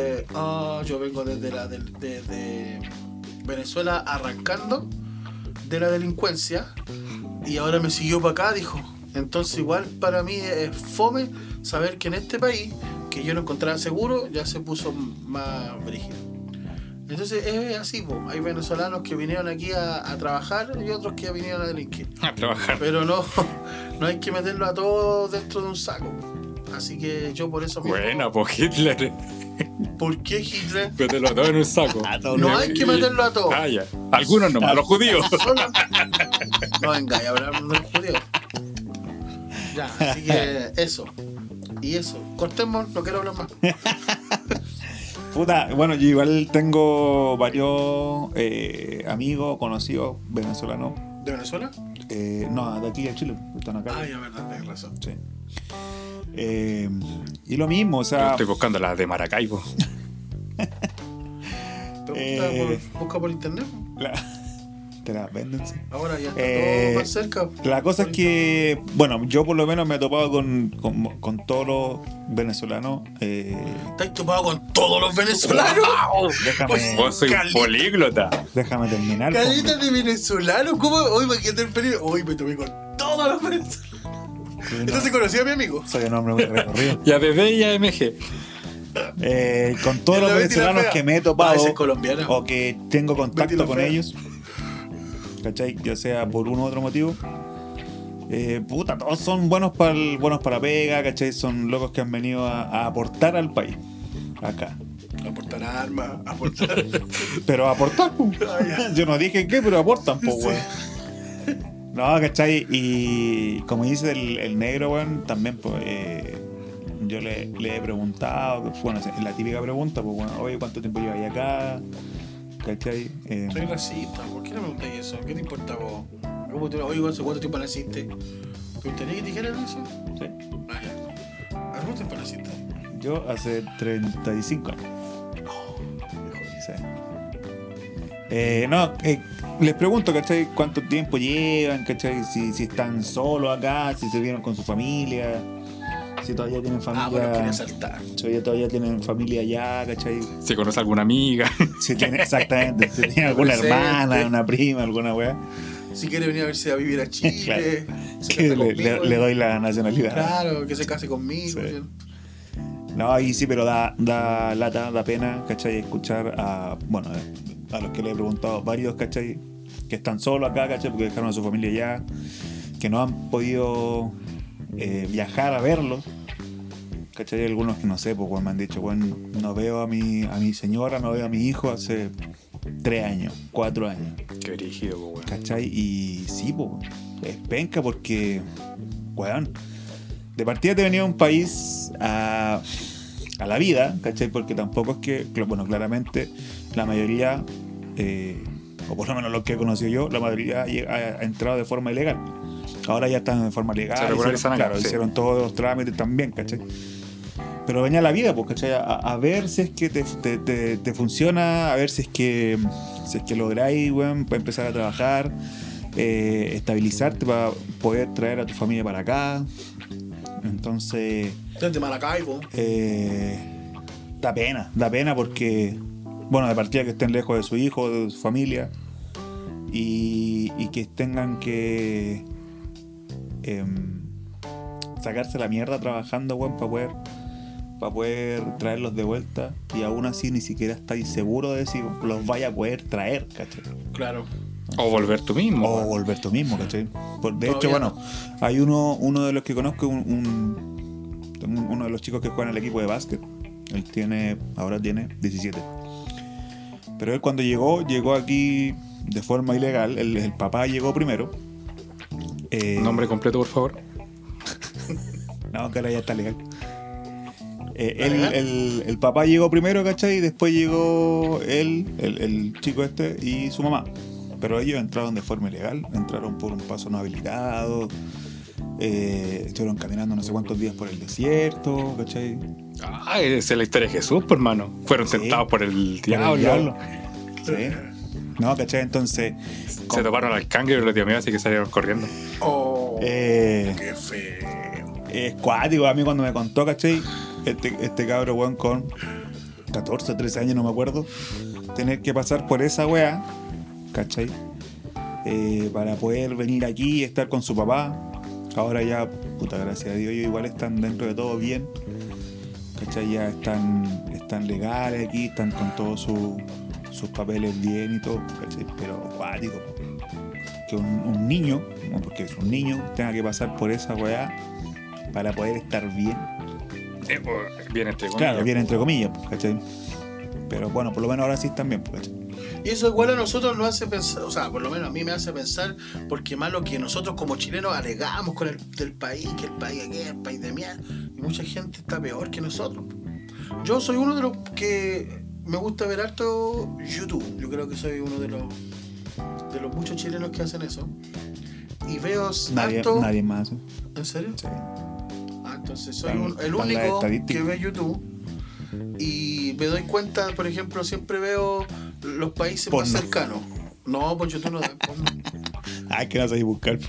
desde Venezuela arrancando de la delincuencia y ahora me siguió para acá, dijo. Entonces igual para mí es fome saber que en este país, que yo no encontraba seguro, ya se puso más brígido. Entonces es así, po. Hay venezolanos que vinieron aquí a trabajar y otros que vinieron a delinquir. A trabajar. Pero no hay que meterlo a todos dentro de un saco. Así que yo por eso mismo... Buena, pues Hitler. ¿Por qué Hitler? Mételo todo en un saco. No hay que meterlo a todos. Ah, ya. Algunos no, a los judíos. No venga, ya hablamos de los judíos. Ya, así que eso. Y eso. Cortemos, no quiero hablar más. Puta, bueno, yo igual tengo varios amigos, conocidos venezolanos. ¿De Venezuela? No, de aquí de Chile, están acá. Ah, ya, verdad, tienes razón. Sí. Y lo mismo, o Yo sea. estoy buscando la de Maracaibo. ¿Te gusta busca por internet? Te la venden, sí. Ahora ya está todo más cerca. La cosa es que, bueno, yo por lo menos me he topado con todos los venezolanos. ¿Estás topado con todos los venezolanos? Vos soy un Calita. políglota. Déjame terminar. Caleta po. de venezolanos, ¿cómo? Hoy me quedé feliz. Hoy me tomé con todos los venezolanos. Entonces conocí a mi amigo. Soy un hombre muy recorrido. Y a BB y a MG. Con todos Y los la Betty la venezolanos fea. que me he Ah, topado esa es colombiana. o que tengo Betty contacto la con fea. ellos, ¿cachai? Ya sea por uno u otro motivo. Puta, todos son buenos para pega, ¿cachai? Son locos que han venido a aportar al país. Acá. Aportar armas, aportar. Pero aportar, po. Ah, ya. Yo no dije qué, pero aportan, po, Sí. weón. No, ¿cachai? Y como dice el negro, weón, también, pues, yo le he preguntado, bueno, es la típica pregunta, pues bueno, oye, ¿cuánto tiempo llevas ahí acá? ¿Cachai? Soy racista, ¿por qué no me preguntáis eso? ¿Qué te importa vos? Oye, ¿hace cuánto tiempo naciste? ¿Te gustaría que te dijeran eso? Sí. Ah, ya. ¿Hace cuánto tiempo naciste? Yo hace 35 años. Sí. Les pregunto, ¿cachai? ¿Cuánto tiempo llevan? ¿Cachai? Si están solos acá, si se vieron con su familia, si todavía tienen familia. Bueno, quería saltar. Si todavía tienen familia allá, ¿cachai? Si conoce alguna amiga. Si tiene, exactamente, si tiene alguna hermana, una prima, alguna weá. Si quiere venir a verse a vivir a Chile, Claro. se Que casa conmigo, le doy la nacionalidad. Claro, que se case conmigo. Sí. No, ahí sí, pero da lata, da pena, ¿cachai? Escuchar a los que le he preguntado, varios, ¿cachai? Que están solos acá, ¿cachai? Porque dejaron a su familia allá, que no han podido viajar a verlos, ¿cachai? Algunos que no sé, pues me han dicho, bueno, no veo a mi señora, no veo a mi hijo hace 3 años, 4 años. Qué brígido, weón. ¿Cachai? Y sí, pues, es penca porque, weón, de partida te venía a un país a la vida, ¿cachai? Porque tampoco es que, bueno, claramente la mayoría, o por lo menos los que he conocido yo, la mayoría ha entrado de forma ilegal. Ahora ya están de forma legal. Se regularizan acá, sí. Hicieron todos los trámites también, ¿cachai? Pero venía la vida, pues, ¿cachai? A ver si es que te funciona, a ver si es que lográis, weón, para empezar a trabajar, estabilizarte para poder traer a tu familia para acá. Entonces, Desde Maracaibo. da pena porque, bueno, de partida que estén lejos de su hijo, de su familia, y que tengan que sacarse la mierda trabajando, weón, para poder traerlos de vuelta, y aún así ni siquiera estáis seguros de si los vaya a poder traer, ¿cachai? Claro. O volver tú mismo. O weón. volver tú mismo, ¿cachai? De hecho, Todavía bueno, hay uno de los que conozco, uno de los chicos que juega en el equipo de básquet. Ahora tiene 17. Pero él cuando llegó aquí de forma ilegal, el papá llegó primero. Nombre completo, por favor. No, que ahora ya está legal. El papá llegó primero, ¿cachai? Y después llegó el chico este y su mamá. Pero ellos entraron de forma ilegal, entraron por un paso no habilitado, estuvieron caminando no sé cuántos días por el desierto, ¿cachai? Ah, esa es la historia de Jesús, pues, hermano. Fueron Sí. tentados por el Por el diablo. diablo. Sí. No, ¿cachai? Entonces, Se toparon al cángaro y los dios míos, así que salieron corriendo. Oh, eh, qué feo. es cuático. A mí cuando me contó, ¿cachai? Este cabro, weón, con 14, 13 años, no me acuerdo, tener que pasar por esa weá, ¿cachai? Para poder venir aquí y estar con su papá. Ahora ya, puta, gracias a Dios, ellos igual están dentro de todo bien, ¿cachai? Ya están legales aquí, están con todos sus papeles bien y todo, ¿cachai? Pero cuático, que un niño, no, porque es un niño, tenga que pasar por esa weá para poder estar bien. Bien entre comillas. Claro, bien entre comillas, pues, ¿cachai? Pero bueno, por lo menos ahora sí están bien, pues, ¿cachai? Y eso igual a nosotros nos hace pensar, o sea, por lo menos a mí me hace pensar, porque más lo que nosotros como chilenos alegamos con del país, que el país aquí es el país de mierda, y mucha gente está peor que nosotros. Yo soy uno de los que me gusta ver harto YouTube. Yo creo que soy uno de los muchos chilenos que hacen eso. Y veo harto... Nadie más. ¿En serio? Sí. Ah, entonces soy Están el las único estadísticas. que ve YouTube. Y me doy cuenta, por ejemplo, siempre veo los países Porno. más cercanos. No, por YouTube no da porno. Ay, que no sabéis buscar.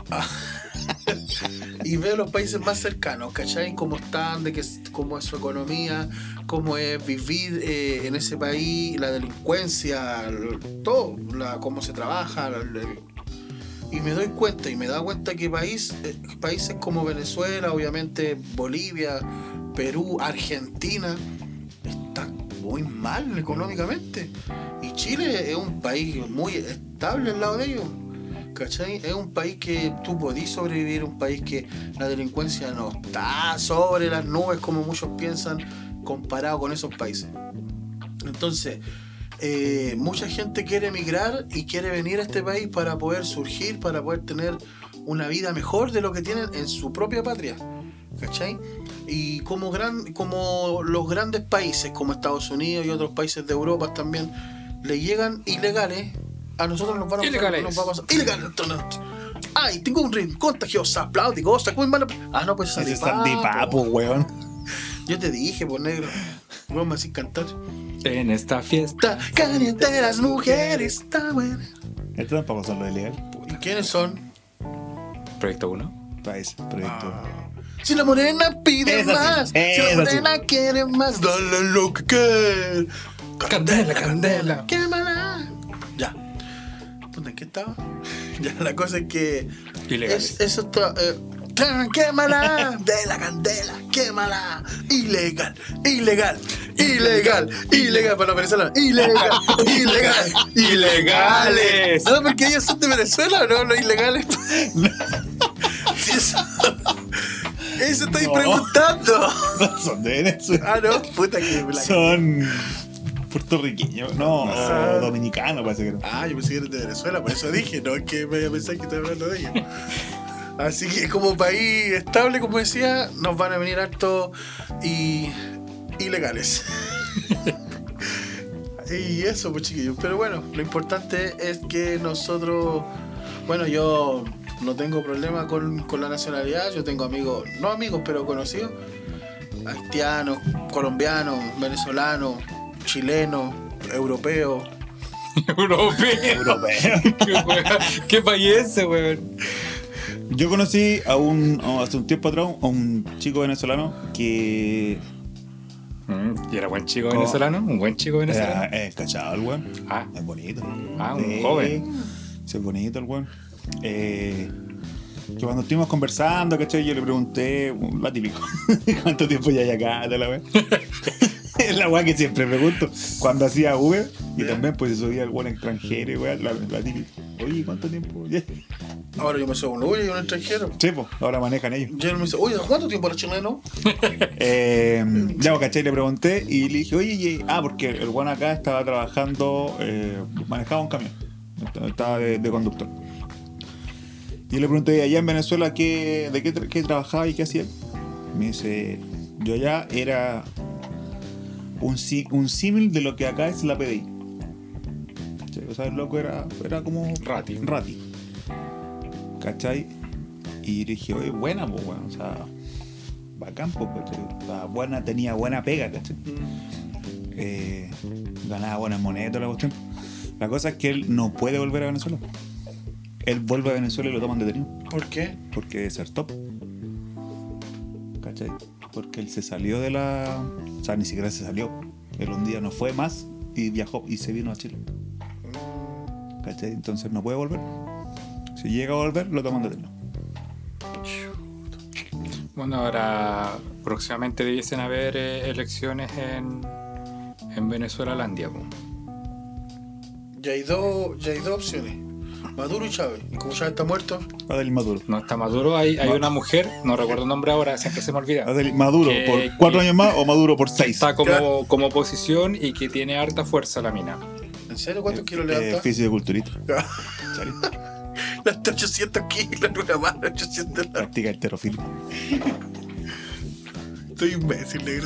Y veo los países más cercanos, ¿cachai? Cómo están, cómo es su economía, cómo es vivir en ese país, la delincuencia, todo, cómo se trabaja. Y me doy cuenta, y me da cuenta que países como Venezuela, obviamente Bolivia, Perú, Argentina, están muy mal económicamente. Y Chile es un país muy estable al lado de ellos. ¿Cachai? Es un país que tú podís sobrevivir, un país que la delincuencia no está sobre las nubes como muchos piensan comparado con esos países. Entonces, mucha gente quiere emigrar y quiere venir a este país para poder surgir, para poder tener una vida mejor de lo que tienen en su propia patria. ¿Cachai? Y como los grandes países como Estados Unidos y otros países de Europa también le llegan ilegales, a nosotros nos van a pasar ilegales. Ay, tengo un ritmo contagioso, aplaude, goza, ¿cómo hermano? Ah, no, pues Ese es Sandipapo, weón. Yo te dije, pues negro, no me haces cantar. En esta fiesta Caliente de las mujeres, está buena. Esto tampoco son lo ilegal. ¿Y quiénes son? Proyecto 1. País, proyecto. Si la morena pide Esa más, sí, si la esa morena quiere más, dale lo que quiere. Candela, candela. Quémala. Ya. ¿En qué estaba? Ya, la cosa es que. Ilegales. Eso está. Quémala de la candela, quémala. Ilegal, ilegal, ilegal, ilegal para los venezolanos. Ilegal, ilegal, ilegales. No, porque ellos son de Venezuela, ¿no? Los ilegales. Sí, eso estoy preguntando. Son de Venezuela. Ah, no, puta que me la. Son puertorriqueños, no, o dominicanos, parece que no. Ah, yo pensé que eran de Venezuela, por eso dije, no es que me vaya a pensar que estoy hablando de ellos. Así que como país estable, como decía, nos van a venir hartos ilegales. Y eso, pues chiquillos. Pero bueno, lo importante es que nosotros, bueno, yo no tengo problema con la nacionalidad. Yo tengo amigos, no amigos, pero conocidos, haitianos, colombianos, venezolanos, chilenos, europeos. Europeo. ¿Qué país es ese, weón? Yo conocí hace un tiempo atrás a un chico venezolano que. ¿Y era buen chico venezolano? ¿Un buen chico venezolano? Es cachado el weón. Ah. Es bonito. Un joven. Sí, es bonito el weón. Que cuando estuvimos conversando, ¿cachai? Yo le pregunté, la típico, ¿cuánto tiempo ya hay acá? De la weá. Es la weá que siempre pregunto. Cuando hacía Uber, y también pues se subía el weón extranjero y weá, la típica. Oye, ¿cuánto tiempo? Ahora yo me subo un Uber y un extranjero. Sí, pues, ahora manejan ellos. Yo me dice, oye, ¿cuánto tiempo eres chileno? Ya, pues, ¿cachai? Le pregunté y le dije, oye, porque el weón acá estaba trabajando, manejaba un camión, estaba de conductor. Y le pregunté, allá en Venezuela, ¿de qué trabajaba y qué hacía? Me dice, yo allá era un símil de lo que acá es la PDI. O sea, el loco era como Rati. ¿Cachai? Y le dije, oye, buena, pues, bueno, o sea, bacán, pues, ¿cachai? O sea, buena, tenía buena pega, ¿cachai? Ganaba buenas monedas, toda la cuestión. La cosa es que él no puede volver a Venezuela. Él vuelve a Venezuela y lo toman detenido. ¿Por qué? Porque desertó. ¿Cachai? Porque él se salió de la. O sea, ni siquiera se salió. Él un día no fue más y viajó y se vino a Chile. ¿Cachai? Entonces no puede volver. Si llega a volver, lo toman detenido. Bueno, ahora próximamente debiesen haber elecciones en Venezuela-Landia. Ya hay dos opciones. Maduro y Chávez. Y como Chávez está muerto. Adel Maduro. No está Maduro, hay una mujer, no recuerdo el nombre ahora, siempre se me olvida. Adel Maduro Que- por 4 años más o Maduro por 6. Está como oposición y que tiene harta fuerza la mina. ¿En serio cuántos kilos levanta? Fisiculturista. Las 800 kilos, una más, 800 la... Practica heterofilia. Estoy imbécil, negro.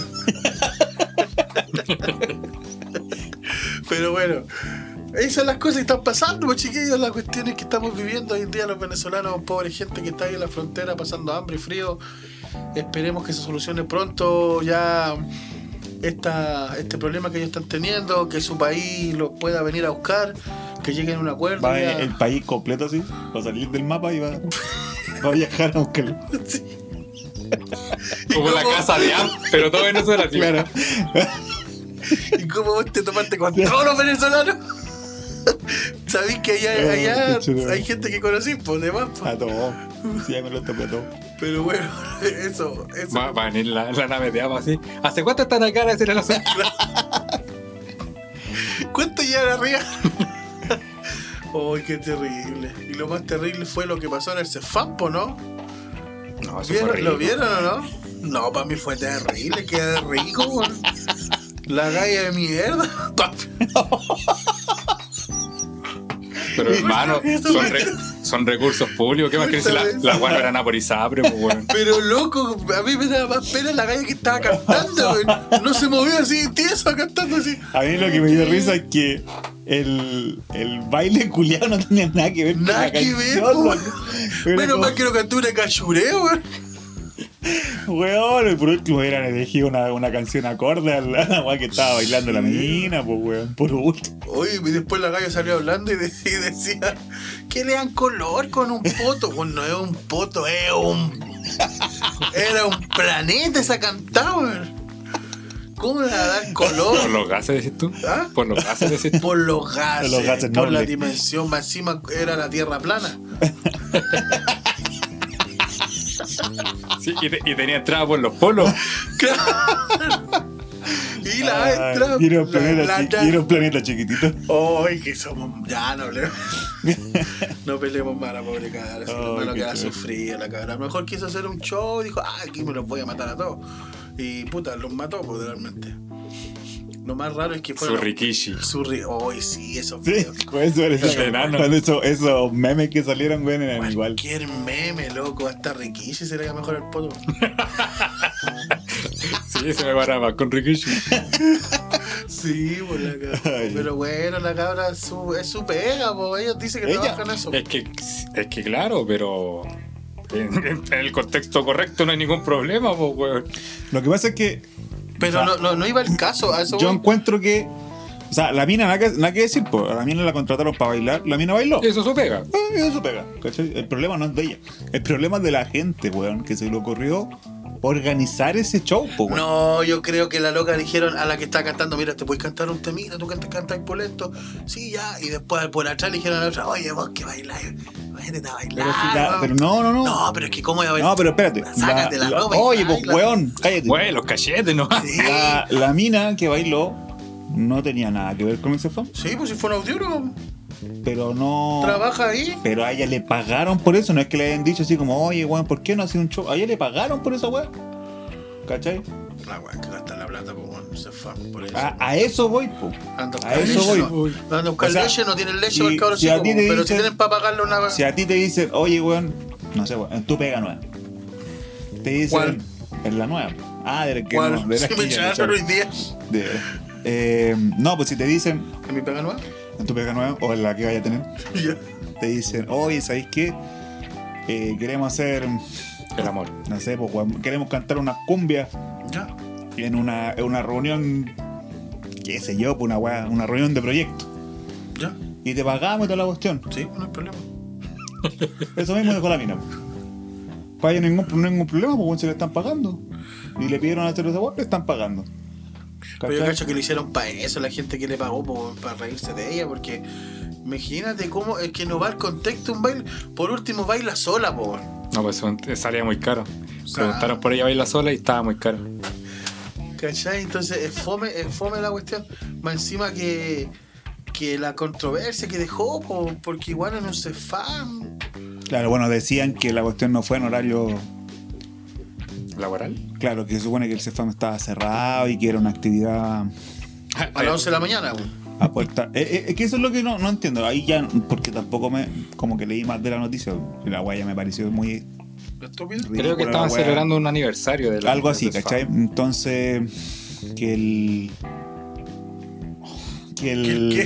Pero bueno, esas son las cosas que están pasando, pues, chiquillos, las cuestiones que estamos viviendo hoy en día los venezolanos, pobre gente que está ahí en la frontera pasando hambre y frío. Esperemos que se solucione pronto ya este problema que ellos están teniendo, que su país los pueda venir a buscar, que lleguen a un acuerdo. Va ya. el país completo así, va a salir del mapa y va a viajar a buscarlo. Sí. Como la casa de Am, pero todo Venezuela, tío. Claro. ¿Y cómo vos te tomaste con todos los venezolanos? ¿Sabéis que allá hay gente que conocí? Pues demás. A todo. Sí, ya me lo topé todo. Pero bueno, eso. Va a venir la nave de Am así. ¿Hace cuánto están acá? Decirle a los... ¿Cuánto llevan arriba? ¡Ay, qué terrible! Y lo más terrible fue lo que pasó en el Cefampo, ¿no? No, eso fue ¿Lo rico. vieron o no? No, para mí fue terrible, qué rico, weón. La galla de mierda. Pero hermano, son recursos públicos. ¿Qué más que decir? La weá no era nada por ISAPRE, pues, weón. Pero loco, a mí me daba más pena la galla que estaba cantando, weón. No se movía así, tieso, cantando así. A mí lo que me dio risa es que el baile culiado no tenía nada que ver con Nada la que ver, canción, po. weón. Era Menos como, mal que no cantó una cachureo, weón. weón, y por último hubieran elegido una canción acorde a la weá que estaba bailando la mina, pues weón, por último. Oye, y después la galla salió hablando y decía que le dan color con un poto. Bueno, no es un poto, era un planeta esa cantada, weón. ¿Cómo le va a dar color? ¿Por los gases decís tú? ¿Ah? Por los gases decís tú. Por los gases, Los gases por la nobles. dimensión, más encima era la tierra plana. Sí, y tenía entrada por los polos. Y la entrada. Y era un planeta chiquitito. Ay, que somos. Ya no hablemos. No peleemos más a la pobre cabra. Si lo malo qué que la chulo. sufría la cabra. A lo mejor quiso hacer un show y dijo, aquí me los voy a matar a todos. Y puta, los mató poderosamente. Lo más raro es que fueron. Su Rikishi. Ay, sí, eso Sí, fue. con eso El enano. cuando esos memes que salieron, weón, eran igual. Cualquier meme, loco, hasta Rikishi se le da mejor el poto. Sí, se me para más con Rikishi. Sí, pues la cabra. Ay. Pero bueno, la cabra es su pega, pues ellos dicen que Ella. trabajan eso. Es que claro, pero en el contexto correcto no hay ningún problema, pues, weón. Lo que pasa es que Pero o sea, no iba el caso a eso. yo voy. encuentro que, o sea, la mina, nada que decir, pues, a la mina la contrataron para bailar, la mina bailó. Eso se pega. Eso pega, ¿cachai? El problema no es de ella, el problema es de la gente, weón, que se le ocurrió organizar ese show, pues, weón. No, yo creo que la loca dijeron a la que está cantando, mira, te puedes cantar un temita, tú cantas polento. Sí, ya. Y después por atrás le dijeron a la otra, oye, vos que bailáis, váyate a bailar. Pero, si la- pero no. No, pero es que cómo voy a bailar. No, pero espérate. Sácate la ropa y Oye, pues, baila. weón, cállate. Güey, los cachetes, ¿no? Sí. La mina que bailó no tenía nada que ver con ese fan, Sí, pues si fue un audiólogo, pero no. trabaja ahí. Pero a ella le pagaron por eso, no es que le hayan dicho así como, oye, weón, ¿por qué no hace un show? A ella le pagaron por esa weón. ¿Cachai? La weá que gasta la plata, pues bueno, se fan por eso. A eso voy, po. Anda a A buscar eso leche, voy. no. Anda a buscar O sea, leche, no tienen leche si- para el cabro si a chico, ti te pero si dicen- tienen para pagarle una. Si a ti te dicen, oye, weón, no sé, weón, en tu pega nueva. Te dicen, ¿Cuál? en la nueva. Ah, de la que ¿Cuál? no, de la Si que me ya le echaron hoy echaron. día. No, pues si te dicen, ¿En mi pega nueva? en tu pega nueva, o en la que vaya a tener, Ya. te dicen, oye, ¿sabéis qué? Queremos hacer, El amor. no sé, pues, weón, queremos cantar unas cumbias Ya. en una reunión, qué sé yo, pues una reunión de proyecto. Ya. Y te pagamos y toda la cuestión. Sí, no hay problema. Eso mismo dejó la mina. Para ella ningún problema, porque se le están pagando. Y le pidieron hacer esa weá, le están pagando. Pero yo ¿Cachai? cacho que lo hicieron para eso, la gente que le pagó para reírse de ella, porque imagínate cómo es que no va al contexto un baile. Por último, baila sola, po. No, pues salía muy caro. sea- Preguntaron por ella baila sola y estaba muy caro. ¿Cachai? Entonces es fome la cuestión. Más encima que la controversia que dejó, po, porque igual no se fan. Claro, bueno, decían que la cuestión no fue en horario. ¿Laboral? Claro, que se supone que el CEFAM estaba cerrado y que era una actividad A las 11 de la mañana, po. a puerta. Es que eso es lo que no entiendo. Ahí ya, porque tampoco como que leí más de la noticia. Y la weá ya me pareció muy. ¿Estúpido? Creo que ridícula estaban la weá. celebrando un aniversario de la Algo así, de ¿cachai? Fam. Entonces, que el. ¿Qué?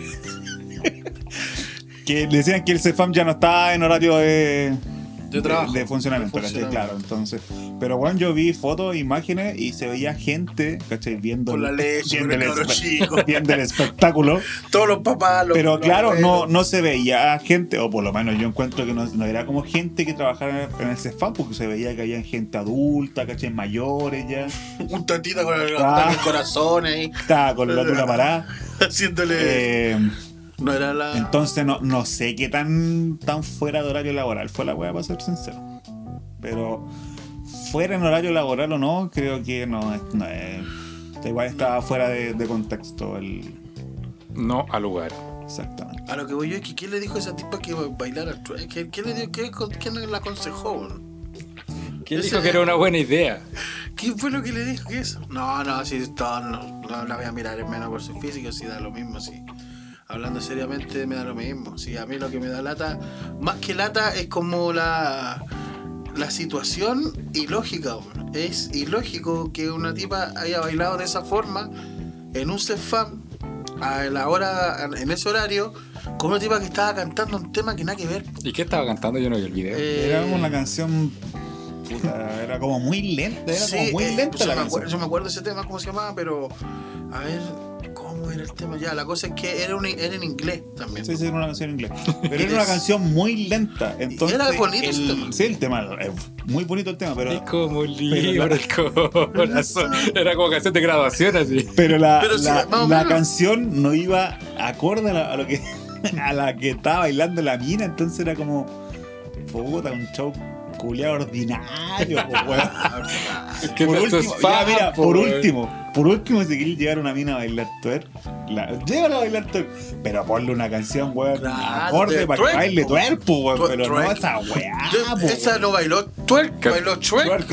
Que decían que el CEFAM ya no está en horario de trabajo. de funcionamiento, De ¿cachai? funcionamiento. Claro, entonces. Pero bueno, yo vi fotos, imágenes y se veía gente, ¿cachai? Viendo, Con la leche, con el cabro chico. viendo el espectáculo. Todos los papás, los Pero claro, abuelos. no se veía gente, o por lo menos yo encuentro que no era como gente que trabajara en el CEFAM, porque se veía que había gente adulta, ¿cachai? Mayores ya. Un tatita con el, Ah. el corazón ahí, Estaba con la tula parada. haciéndole. No era la. Entonces no sé qué tan fuera de horario laboral fue la weá, para ser sincero. Pero fuera en horario laboral o no, creo que no es. Igual estaba fuera de contexto el. No al lugar. Exactamente. A lo que voy yo es que ¿quién le dijo a esa tipa que bailara trueque? ¿Quién le dio? ¿Quién la aconsejó? Weón? ¿Quién Ese- dijo que era una buena idea? ¿Quién fue lo que le dijo que eso? No, si todo no la voy a mirar, es menos por su físico, si da lo mismo, si. hablando seriamente, me da lo mismo. Sí, a mí lo que me da lata, más que lata, es como la situación ilógica, weón. Es ilógico que una tipa haya bailado de esa forma en un CEFAM a la hora, en ese horario, con una tipa que estaba cantando un tema que nada que ver. ¿Y qué estaba cantando? Yo no vi el video. Era como una canción. Puta, era como muy lenta. Era como muy lenta yo la me canción. acuerdo, yo me acuerdo ese tema, cómo se llamaba, pero a ver, ¿cómo era el tema? Ya, la cosa es que era en inglés también. Sí, era una canción en inglés. Pero era una canción muy lenta. Entonces, era bonito ese tema. Sí, el tema. Es muy bonito el tema, pero. Es como un libro el corazón. Era como canción de graduación así. Pero Pero sí, más o la menos. canción no iba acorde a lo que a la que estaba bailando la mina, entonces era como puta, un show culiado ordinario, po, weón. Es que Por esto es último, fama, ya, mira, po, por weón. último, si quieres llevar a una mina a bailar twerk, llévala a bailar twerk, pero ponle una canción, weón, Claro, acorde de para que twerk, baile po. twerk, po, weón, pero no Twerk. esa weá, Esa po, no bailó twerk, bailó twerk.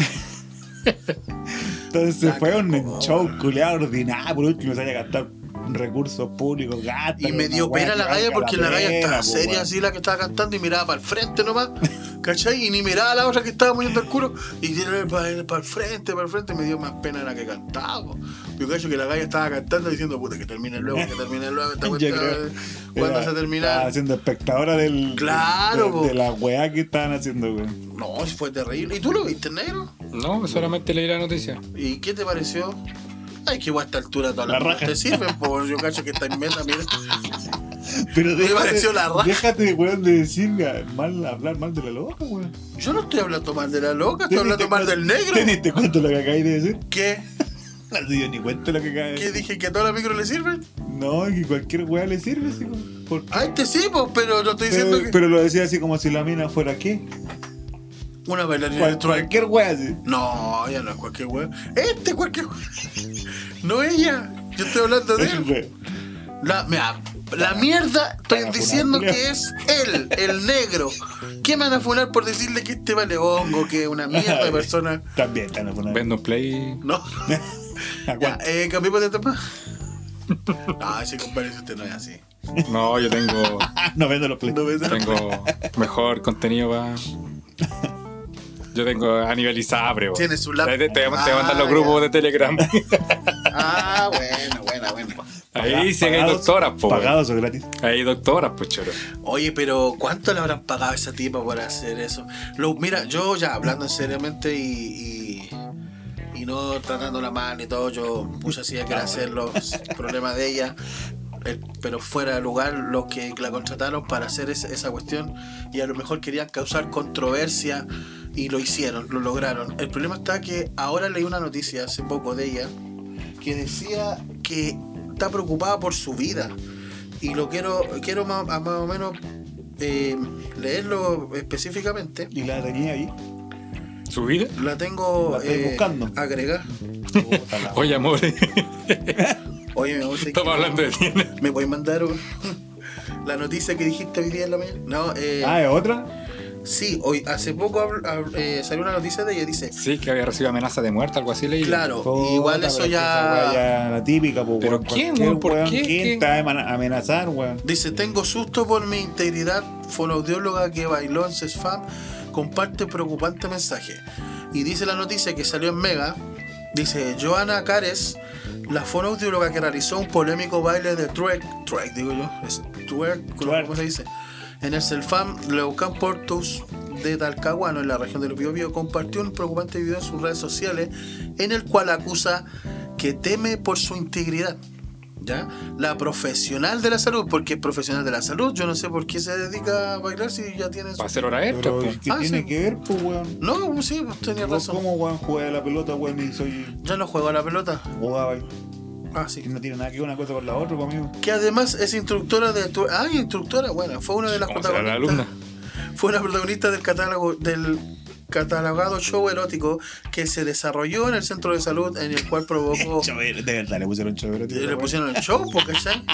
Entonces fue un cagó. show culiado ordinario. Por último, se haya a gastar recursos públicos, gasta. Y me dio pena la galla porque la galla estaba seria así, la que estaba cantando, y miraba para el frente nomás, ¿cachai? Y ni miraba a la otra que estaba moviendo el culo, y tiraba para el frente, me dio más pena la que cantaba, po. Yo cacho que la galla estaba cantando diciendo, puta, que termine luego, esta Yo cuestión, creo. ¿cuándo se Estaba termina? haciendo espectadora Claro, po. de la weá que estaban haciendo, güey. No, fue terrible. ¿Y tú lo viste, negro? No, solamente leí la noticia. ¿Y qué te pareció? Ay, que igual a esta altura todas La las raja. te sirven, po. Yo cacho que esta inmensa, mira. Pero Me pareció la raja. déjate, weón, de decir hablar mal de la loca, weón. Yo no estoy hablando mal de la loca, estoy hablando mal del negro. ¿Te diste cuenta de lo que acabáis de decir? ¿Qué? No te dio ni cuenta de lo que acabas de ¿Qué decir. dije? ¿Que a todas las micros le sirven? No, que cualquier weá le sirve, así como. ¿Por qué? A este sí, pues, pero no estoy diciendo que. Pero lo decía así como si la mina fuera qué. Una bailarina de twerk. Cualquier weá así. No, ella no es cualquier weón. Cualquier weón. No ella. Yo estoy hablando de él. Mira, la mierda estoy Van a diciendo funar, que es él, el negro. ¿Qué me van a funar por decirle que este vale hongo, que es una mierda de persona? También están a poner. Vendo un play. No. Ya, Aguanta. cambiemos de tema. No, ese compadre, usted no es así. No, yo tengo No vendo los play. No ves nada. tengo mejor contenido para. Yo tengo a nivel ISAPRE, weón. Tienes su lap- Te voy a mandar los Ah, grupos ya. de Telegram. Ah, bueno. Ahí sí que hay doctoras, po. weón. Pagados o gratis. Hay doctoras, pues choro. Oye, pero ¿cuánto le habrán pagado a esa tipa por hacer eso? Mira, yo ya hablando seriamente y no tratándola mal ni todo, yo puse así a querer hacer los problemas de ella, pero fuera de lugar los que la contrataron para hacer esa cuestión, y a lo mejor querían causar controversia y lo hicieron, lo lograron. El problema está que ahora leí una noticia hace poco de ella que decía que está preocupada por su vida, y lo quiero más o menos leerlo específicamente. Y la tenía ahí. ¿Su vida? La tengo La estoy buscando. agregada. Puta la- Oye, amor. Oye, me gusta Estamos hablando de ti. ¿Me puedes mandar la noticia que dijiste hoy día en la mañana? No, Ah, ¿es otra? sí, hoy hace poco salió una noticia de ella, dice, Sí, que había recibido amenaza de muerte, algo así leí. claro, Puta, igual pero eso es que esa weá ya... la típica, pues, ¿Pero weón. quién, Cualquier weón? ¿Por weón, qué? ¿Quién ¿Qué? te va a amenazar, weón? Dice, tengo susto por mi integridad, fonoaudióloga que bailó en CESFAM comparte preocupante mensaje. Y dice la noticia que salió en Mega, dice, Joana Cares, la fonoaudióloga que realizó un polémico baile de twerk digo yo, es twerk, ¿cómo se dice? En el CESFAM Leucán Portus de Talcahuano, en la región del Biobío, compartió un preocupante video en sus redes sociales en el cual acusa que teme por su integridad. ¿Ya? La profesional de la salud, porque es profesional de la salud, yo no sé por qué se dedica a bailar si ya tiene su... Para hacer hora extra, Pero, pues. ¿qué Ah, tiene sí. que ver, pues, weón? No, pues sí, pues tenía Vos razón. ¿Cómo, weón, juega a la pelota, weón, y soy Yo no juego a la pelota. jugaba ahí? Ah, Que sí. no tiene nada que ver una cosa con la otra, pues, amigo. Que además es instructora de... instructora, bueno, fue una de las ¿Cómo será la protagonistas. alumna? Fue una protagonista del catalogado show erótico que se desarrolló en el centro de salud, en el cual provocó... Chovero, de verdad, le pusieron chovero, tío. Le pusieron el show, porque ¿sabes?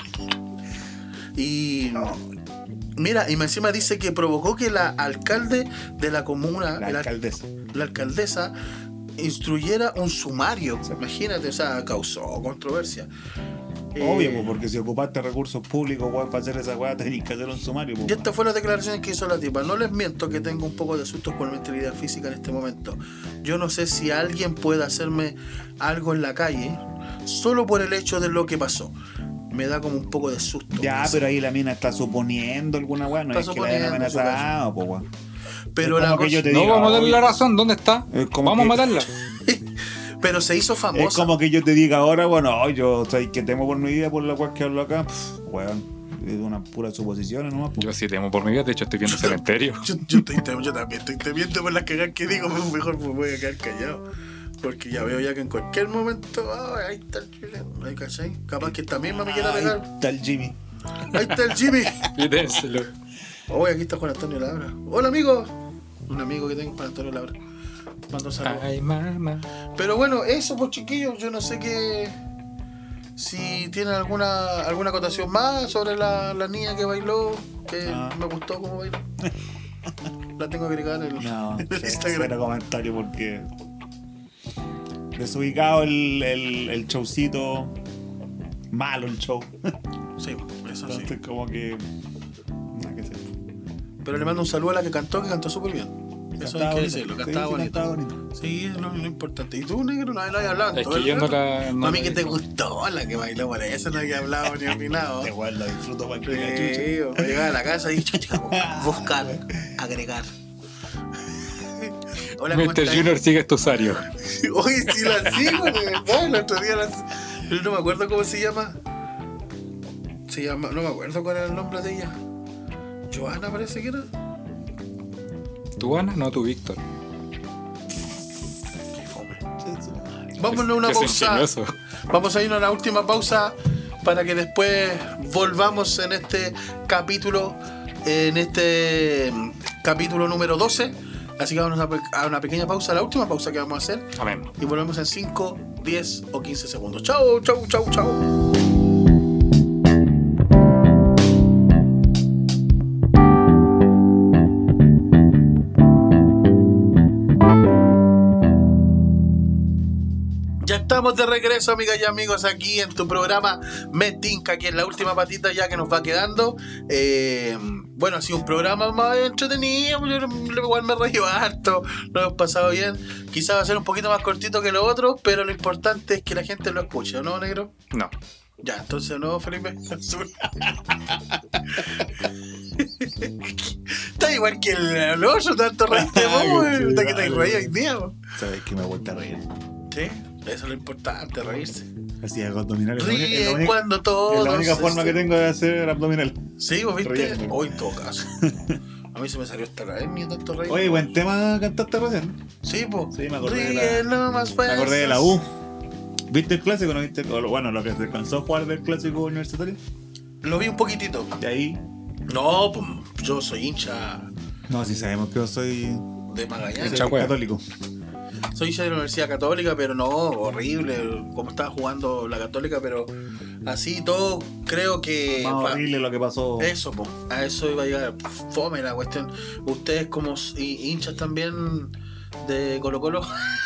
Y... Mira, y más encima dice que provocó que la alcalde de la comuna, La alcaldesa. la alcaldesa, instruyera un sumario. Imagínate, o sea, causó controversia. Obvio, pues, porque si ocupaste recursos públicos, weón, para hacer esa weá, tenés que hacer un sumario, pues. Y estas fueron las declaraciones que hizo la tipa. No les miento que tengo un poco de susto por mi integridad física en este momento. Yo no sé si alguien puede hacerme algo en la calle solo por el hecho de lo que pasó. Me da como un poco de susto. Ya, pero ahí la mina está suponiendo alguna weá, no Está es que la hayan suponiendo, amenazado, pues weón. Pero Es la como que cosa- yo te No, diga, vamos a darle oye, la razón. ¿Dónde está? Es como Vamos a que- matarla. Pero se hizo famosa. es como que yo te diga ahora, bueno, yo sabes que temo por mi vida por la cual que hablo acá, weón, es una pura suposición nomás, pues. Yo sí temo por mi vida. De hecho, estoy viendo cementerio. Yo también estoy temiendo por las cagas que digo, pues mejor me voy a quedar callado. Porque ya veo ya que en cualquier momento, ahí está el chileno, ahí cachai. Capaz que esta misma me quiera Ahí pegar. está el Jimmy. Ahí está el Jimmy. Pídenselo. Hoy aquí está Juan Antonio Labra. Hola amigo. Un amigo que tengo, Juan Antonio Labra. Mando saludos. Ay, mamá. Pero bueno, eso pues chiquillos, yo no sé qué. Si tienen alguna acotación más sobre la niña que bailó, que me gustó como bailó. La tengo agregada en el, No, en el cero Instagram. comentario porque desubicado el showcito, malo el show. Sí, eso sí. Entonces como que nada que hacer. Pero le mando un saludo a la que cantó súper bien. Eso hay Cantaba que bonito. decirlo, Sí, cantaba sí, bonito. cantaba bonito. Sí, es lo importante. Y tú, negro, no habías hablado. Es que yo no la. no A mí la- que te gustó la que bailó, por eso no había hablado ni opinado. Este weón lo disfruto para que la Sí, chucha. llegar a la casa y buscar, agregar. Hola, ¿cómo Mr. estás? Junior sigue estos usuario. Oye, sí la sigo, de verdad. El otro día pero no me acuerdo cómo se llama. No me acuerdo cuál era el nombre de ella. Joana parece que era. ¿Tú, Ana? No, tú, Víctor. Qué fome. Vámonos a una Que es pausa. ingenioso. Vamos a ir a una última pausa para que después volvamos en este capítulo número 12. Así que vamos a una pequeña pausa, la última pausa que vamos a hacer. Amén. Y volvemos en 5, 10 o 15 segundos. Chau, chau, chau, chau. Ya estamos de regreso, amigas y amigos, aquí en tu programa Me Tinca, aquí en la última patita ya que nos va quedando. Bueno, ha sido un programa más entretenido, yo igual me reí harto, lo hemos pasado bien. Quizás va a ser un poquito más cortito que lo otro, pero lo importante es que la gente lo escuche, ¿no, negro? No. Ya, entonces no, Felipe. Está igual que el oso, tanto reíste vos, está que te has reído hoy día, vos. Sabes que me he vuelto a reír. Sí, eso es lo importante, reírse. Así hago abdominales. Ríe cuando todo. Es la única forma que tengo de hacer abdominal. Sí, vos viste. Riendo. Hoy en todo caso. A mí se me salió esta la hernia tanto reír. Oye, buen tema cantaste recién. Sí, po. Sí, me acordé de Ríe no más Me acordé de la fuerzas. U. ¿Viste el clásico? ¿No viste? Bueno, lo que se alcanzó a jugar del clásico universitario. Lo vi un poquitito. Y ahí. No, pues yo soy hincha No, si sabemos que yo soy de Magallanes. Hincha wea. católico. Soy hincha de la Universidad Católica, pero no, horrible como estaba jugando la Católica, pero así todo creo que... Más horrible lo que pasó. Eso, po, a eso iba a llegar. Fome la cuestión. Ustedes como hinchas también de Colo Colo.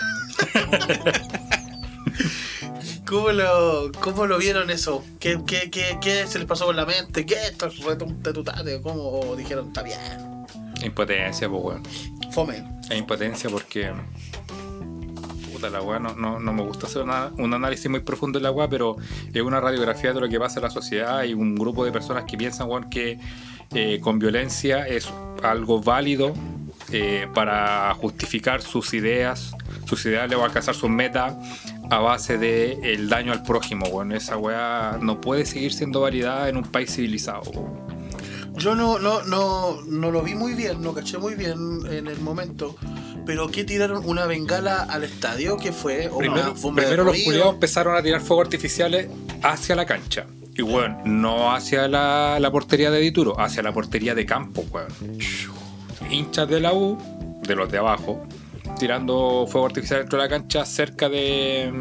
¿Cómo lo vieron eso? ¿Qué se les pasó por la mente? ¿Qué esto es retutate? ¿Cómo dijeron? Está bien. Impotencia, pues, weón. Fome. Es impotencia porque. Puta, la weá, no me gusta hacer un análisis muy profundo de la weá, pero es una radiografía de lo que pasa en la sociedad y un grupo de personas que piensan, weón, que con violencia es algo válido para justificar sus ideales o alcanzar sus metas a base de el daño al prójimo, weón. Esa weá no puede seguir siendo validada en un país civilizado, weón. Yo no lo vi muy bien, no caché muy bien en el momento. Pero ¿qué tiraron? ¿Una bengala al estadio? ¿Qué fue? ¿O una bomba de Primero los ruido? culiados empezaron a tirar fuegos artificiales hacia la cancha. Y weón, no hacia la portería de Dituro, hacia la portería de campo, weón. Hinchas de la U, de los de abajo, tirando fuego artificial dentro de la cancha cerca del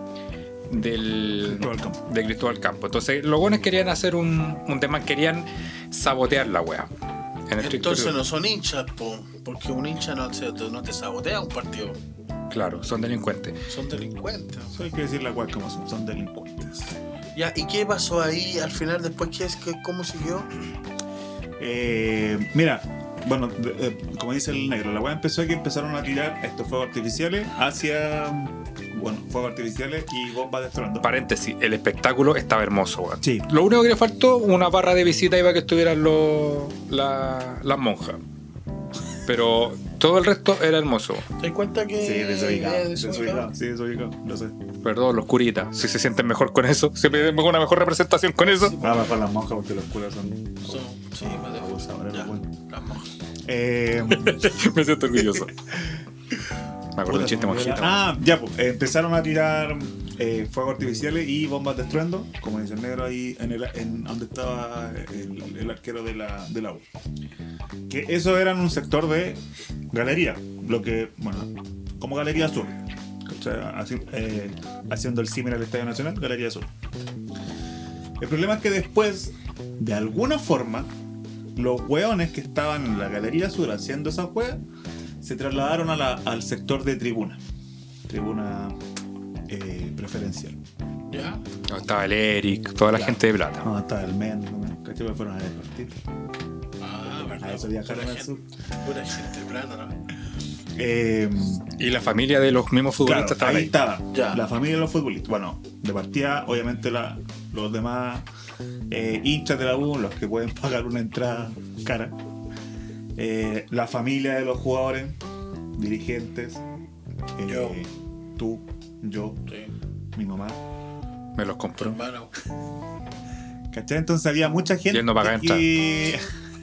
Cristóbal Campo. Entonces los buenos querían hacer un tema, querían sabotear la wea. En estricto Entonces rigor. no son hinchas, porque un hincha no te sabotea un partido. Claro, son delincuentes. Son delincuentes. Eso hay que decir la cual como son delincuentes. Ya, ¿y qué pasó ahí al final después? ¿Cómo siguió? Mira, bueno, como dice el negro, la weá empezó a que empezaron a tirar estos fuegos artificiales hacia. Bueno, fuegos artificiales y bombas de estruendo. Paréntesis, el espectáculo estaba hermoso, weón. Sí. Lo único que le faltó, una barra de visita iba a que estuvieran las monjas. Pero todo el resto era hermoso. ¿Te das cuenta que Sí, desubicado. desubicado? Sí, desubicado, lo sé. Perdón, los curitas. Si se sienten mejor con eso, si piden una mejor representación con eso. Nada más con las monjas porque los curas son. Sí, me dejo. Abusadores, Ya, bueno. las monjas. Me siento orgulloso. Me acuerdo del chiste monjita. Ah, ya, pues. Empezaron a tirar fuegos artificiales y bombas de estruendo, como dice el negro ahí en donde estaba el arquero de la U. Que eso era en un sector de galería, lo que, bueno, como Galería Sur. O sea, haciendo el símil al Estadio Nacional, Galería Sur. El problema es que después, de alguna forma, los hueones que estaban en la Galería Sur haciendo esas hueas se trasladaron al sector de tribuna preferencial. ¿Ya? No, estaba el Eric, toda la gente de plata. No, estaba el Men, ¿cachai? Fueron a ver el partido. Verdad. A eso viajaron al sur. Pura gente de plata, ¿no? Y la familia de los mismos futbolistas Claro, estaba ahí ahí. estaba Ya. la familia de los futbolistas. Bueno, de partida, obviamente los demás hinchas de la U, los que pueden pagar una entrada cara. La familia de los jugadores, dirigentes, Yo. tú, yo, Sí. mi mamá. Me los Tu compró. hermano. ¿Cachai? Entonces había mucha gente Y él no pagaba que...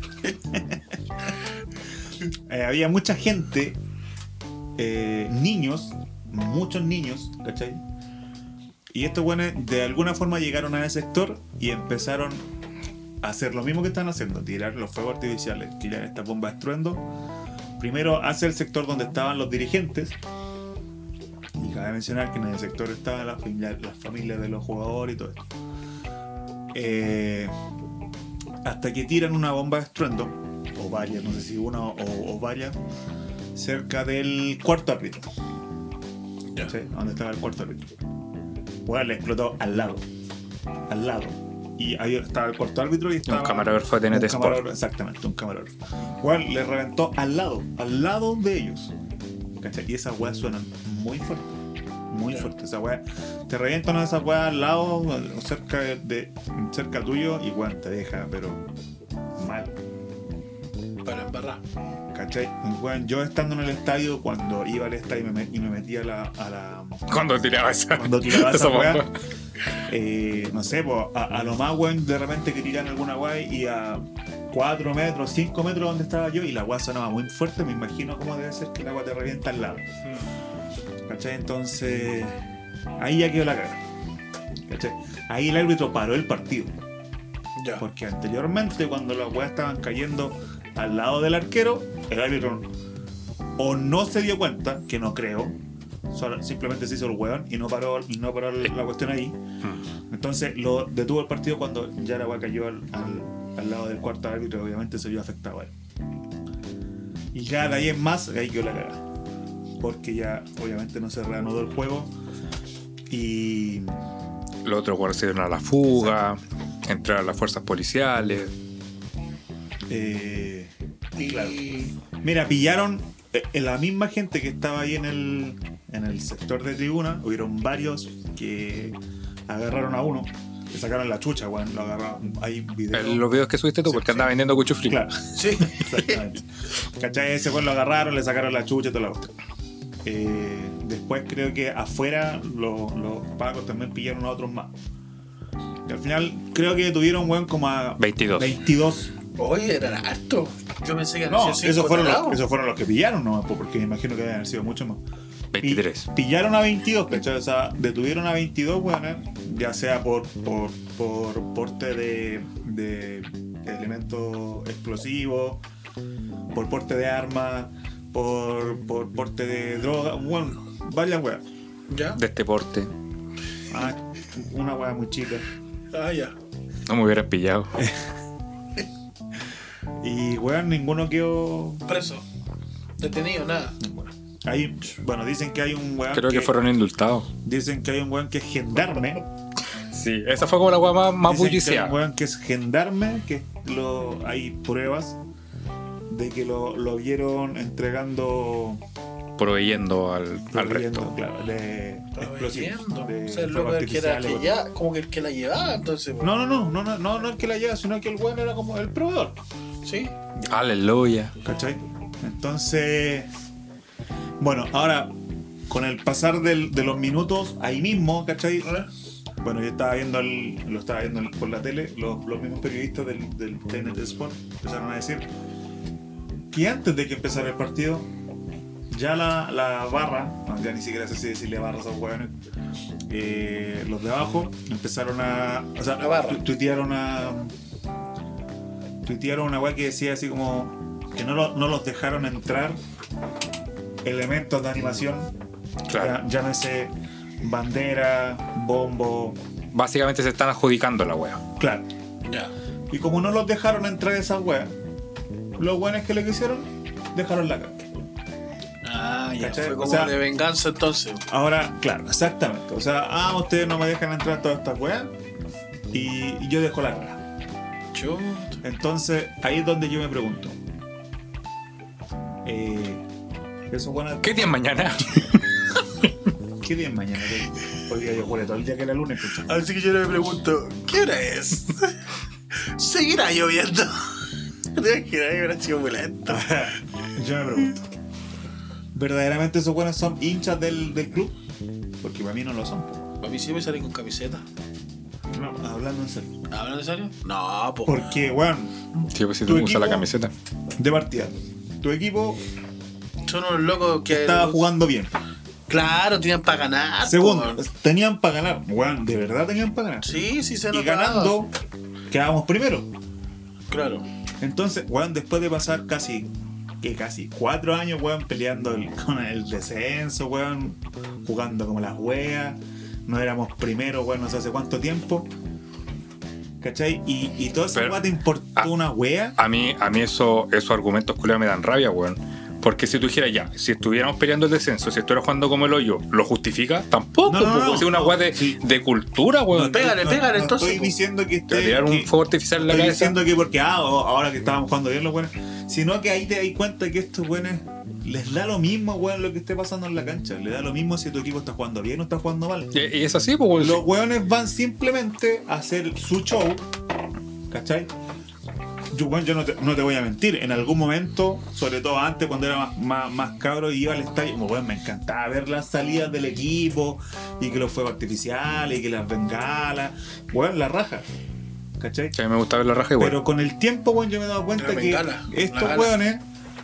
había mucha gente, niños, muchos niños, ¿cachai? Y estos buenos de alguna forma llegaron a ese sector y empezaron a hacer lo mismo que están haciendo, tirar los fuegos artificiales, tirar estas bombas de estruendo. Primero hacia el sector donde estaban los dirigentes. Y cabe mencionar que en el sector estaban las familias de los jugadores y todo esto. Hasta que tiran una bomba de estruendo, o varias, no sé si una o varias, cerca del cuarto árbitro. Ya. ¿Sí? Donde estaba el cuarto árbitro. Bueno, le explotó al lado. Al lado. Y ahí estaba el cuarto árbitro y estaba. Un camarógrafo de TNT Sport. Exactamente, un camarógrafo. Bueno, le reventó al lado de ellos. ¿Cachai? Y esas weas suenan muy fuerte. Muy fuerte. Esa wea. Te revientan esas weas al lado, cerca tuyo, y weón, te deja, pero mal. Para embarrar. ¿Cachai? Weón, yo estando en el estadio, cuando iba al estadio y me metía a la Cuando tiraba esa. cuando tiraba esa esa weá, bomba. no sé, po, a lo más weón, de repente que tiran alguna weá y a 4 metros, 5 metros donde estaba yo, y la weá sonaba muy fuerte, me imagino cómo debe ser que el agua te revienta al lado. ¿Cachai? Entonces, ahí ya quedó la caga. ¿Cachai? Ahí el árbitro paró el partido. Ya. Porque anteriormente, cuando las weas estaban cayendo al lado del arquero, el árbitro o no se dio cuenta, que no creo, simplemente se hizo el weón y no paró la cuestión ahí. Entonces lo detuvo el partido cuando ya la wea cayó al lado del cuarto árbitro, y obviamente se vio afectado a él. Y ya de ahí en más, ahí quedó la cagada. Porque ya obviamente no se reanudó el juego. Y Los otros guardias se dieron a la fuga, entraron las fuerzas policiales. claro. Mira, pillaron la misma gente que estaba ahí en el sector de tribuna. Hubieron varios que agarraron a uno, le sacaron la chucha, weón, lo agarraron. Hay videos. Los videos que subiste tú, Sí, porque sí. andaba vendiendo cuchufli. Claro, Sí. exactamente. ¿Cachai? Ese weón lo agarraron, le sacaron la chucha y toda la otra. Después creo que afuera los pacos también pillaron a otros más. Y al final creo que tuvieron, weón, como a 22. Oye, era harto. Yo pensé que No, habían sido cinco talados. esos fueron los que pillaron, ¿no? Porque me imagino que deben haber sido muchos más. 23. Pillaron a 22, ¿cachai? O sea, detuvieron a 22, weón, ya sea por porte de elementos explosivos, por porte de armas, por porte de droga, bueno, varias weas. ¿Ya? De este porte. Ah, una wea muy chica. Ah, ya. No me hubieran pillado. Y weón, ninguno quedó. Preso. Detenido, nada. Bueno, Hay, bueno, dicen que hay un weón. Creo que fueron indultados. Dicen que hay un weón que es gendarme. Sí, esa fue como la weá más Dicen que hay bulliciada. un weón que es gendarme, que hay pruebas de que lo vieron entregando. Proveyendo al resto. Claro, de explosivos. Viendo. De O sea, el fuegos loco que era artificiales, que ya, como que el que la llevaba, entonces. pues. No el que la lleva, sino que el weón era como el proveedor. Sí. Aleluya. ¿Cachai? Entonces, bueno, ahora, con el pasar de los minutos, ahí mismo, ¿cachai? Bueno, yo estaba viendo lo estaba viendo por la tele, los mismos periodistas del TNT Sport empezaron a decir que antes de que empezara el partido, ya la barra, no, ya ni siquiera sé si decirle barra a esos hueones, los de abajo empezaron a, o sea, La barra. tuitearon una weá que decía así como que no los dejaron entrar elementos de animación, Claro. llámese bandera, bombo, Básicamente se están adjudicando la weá. claro. Ya. Y como no los dejaron entrar esas weas, los weones que lo que hicieron, dejaron la cara. Ah, ya. ¿Cachai? Fue como O sea, de venganza entonces. Ahora, claro, exactamente. O sea, ustedes no me dejan entrar todas estas weas y yo dejo la cara. Chuta. Entonces, ahí es donde yo me pregunto. Eso bueno. ¿Qué día es mañana? ¿Qué día es mañana? Hoy día yo jugué todo el día que era lunes, escucha. Así que yo le pregunto, ¿qué hora es? ¿Seguirá lloviendo? ¿Te imaginas que hubiera sido muy lento? Yo me pregunto. ¿Verdaderamente esos buenos son hinchas del club? Porque para mí no lo son. Po. Para mí sí me salen con camiseta. No, hablando en serio. ¿Hablan en serio? No, pues. Porque, weón, Sí, pues si ¿Tu tú usas la equipo? camiseta. de partida, tu equipo Son unos locos que. estaba jugando bien. Claro, tenían para ganar. Segundo, po. tenían para ganar. Weón, de verdad tenían para ganar. Sí, sí se Y notaba. ganando, quedábamos primero. Claro. Entonces, weón, después de pasar casi 4 años, weón, peleando con el descenso, weón, jugando como las weas, no éramos primeros, weón, no sé hace cuánto tiempo. ¿Cachai? Y toda esa Pero- wea te importó una wea. A mí esos argumentos culiados me dan rabia, weón. Porque si tú dijeras ya, si estuviéramos peleando el descenso, si estuvieras jugando como el hoyo, ¿lo justifica? Tampoco, No, porque es una weá sí. de cultura, weón. Pégale, entonces, Estoy po. diciendo que Te va a tirar un fuego artificial en la estoy cabeza. diciendo que porque ahora que estábamos jugando bien los buenos, sino que ahí te das cuenta que estos buenos les da lo mismo, weón, lo que esté pasando en la cancha. Les da lo mismo si tu equipo está jugando bien o está jugando mal. Y es así, pues, Los weones van simplemente a hacer su show, ¿cachai? Yo no te voy a mentir, en algún momento, sobre todo antes cuando era más cabro, iba al estadio, como weón, me encantaba ver las salidas del equipo y que los fuegos artificiales y que las bengalas, weón, la raja, ¿cachai? Que a mí me gusta ver la raja igual. Pero con el tiempo, weón, yo me he dado cuenta La que bengala, estos la gala. weones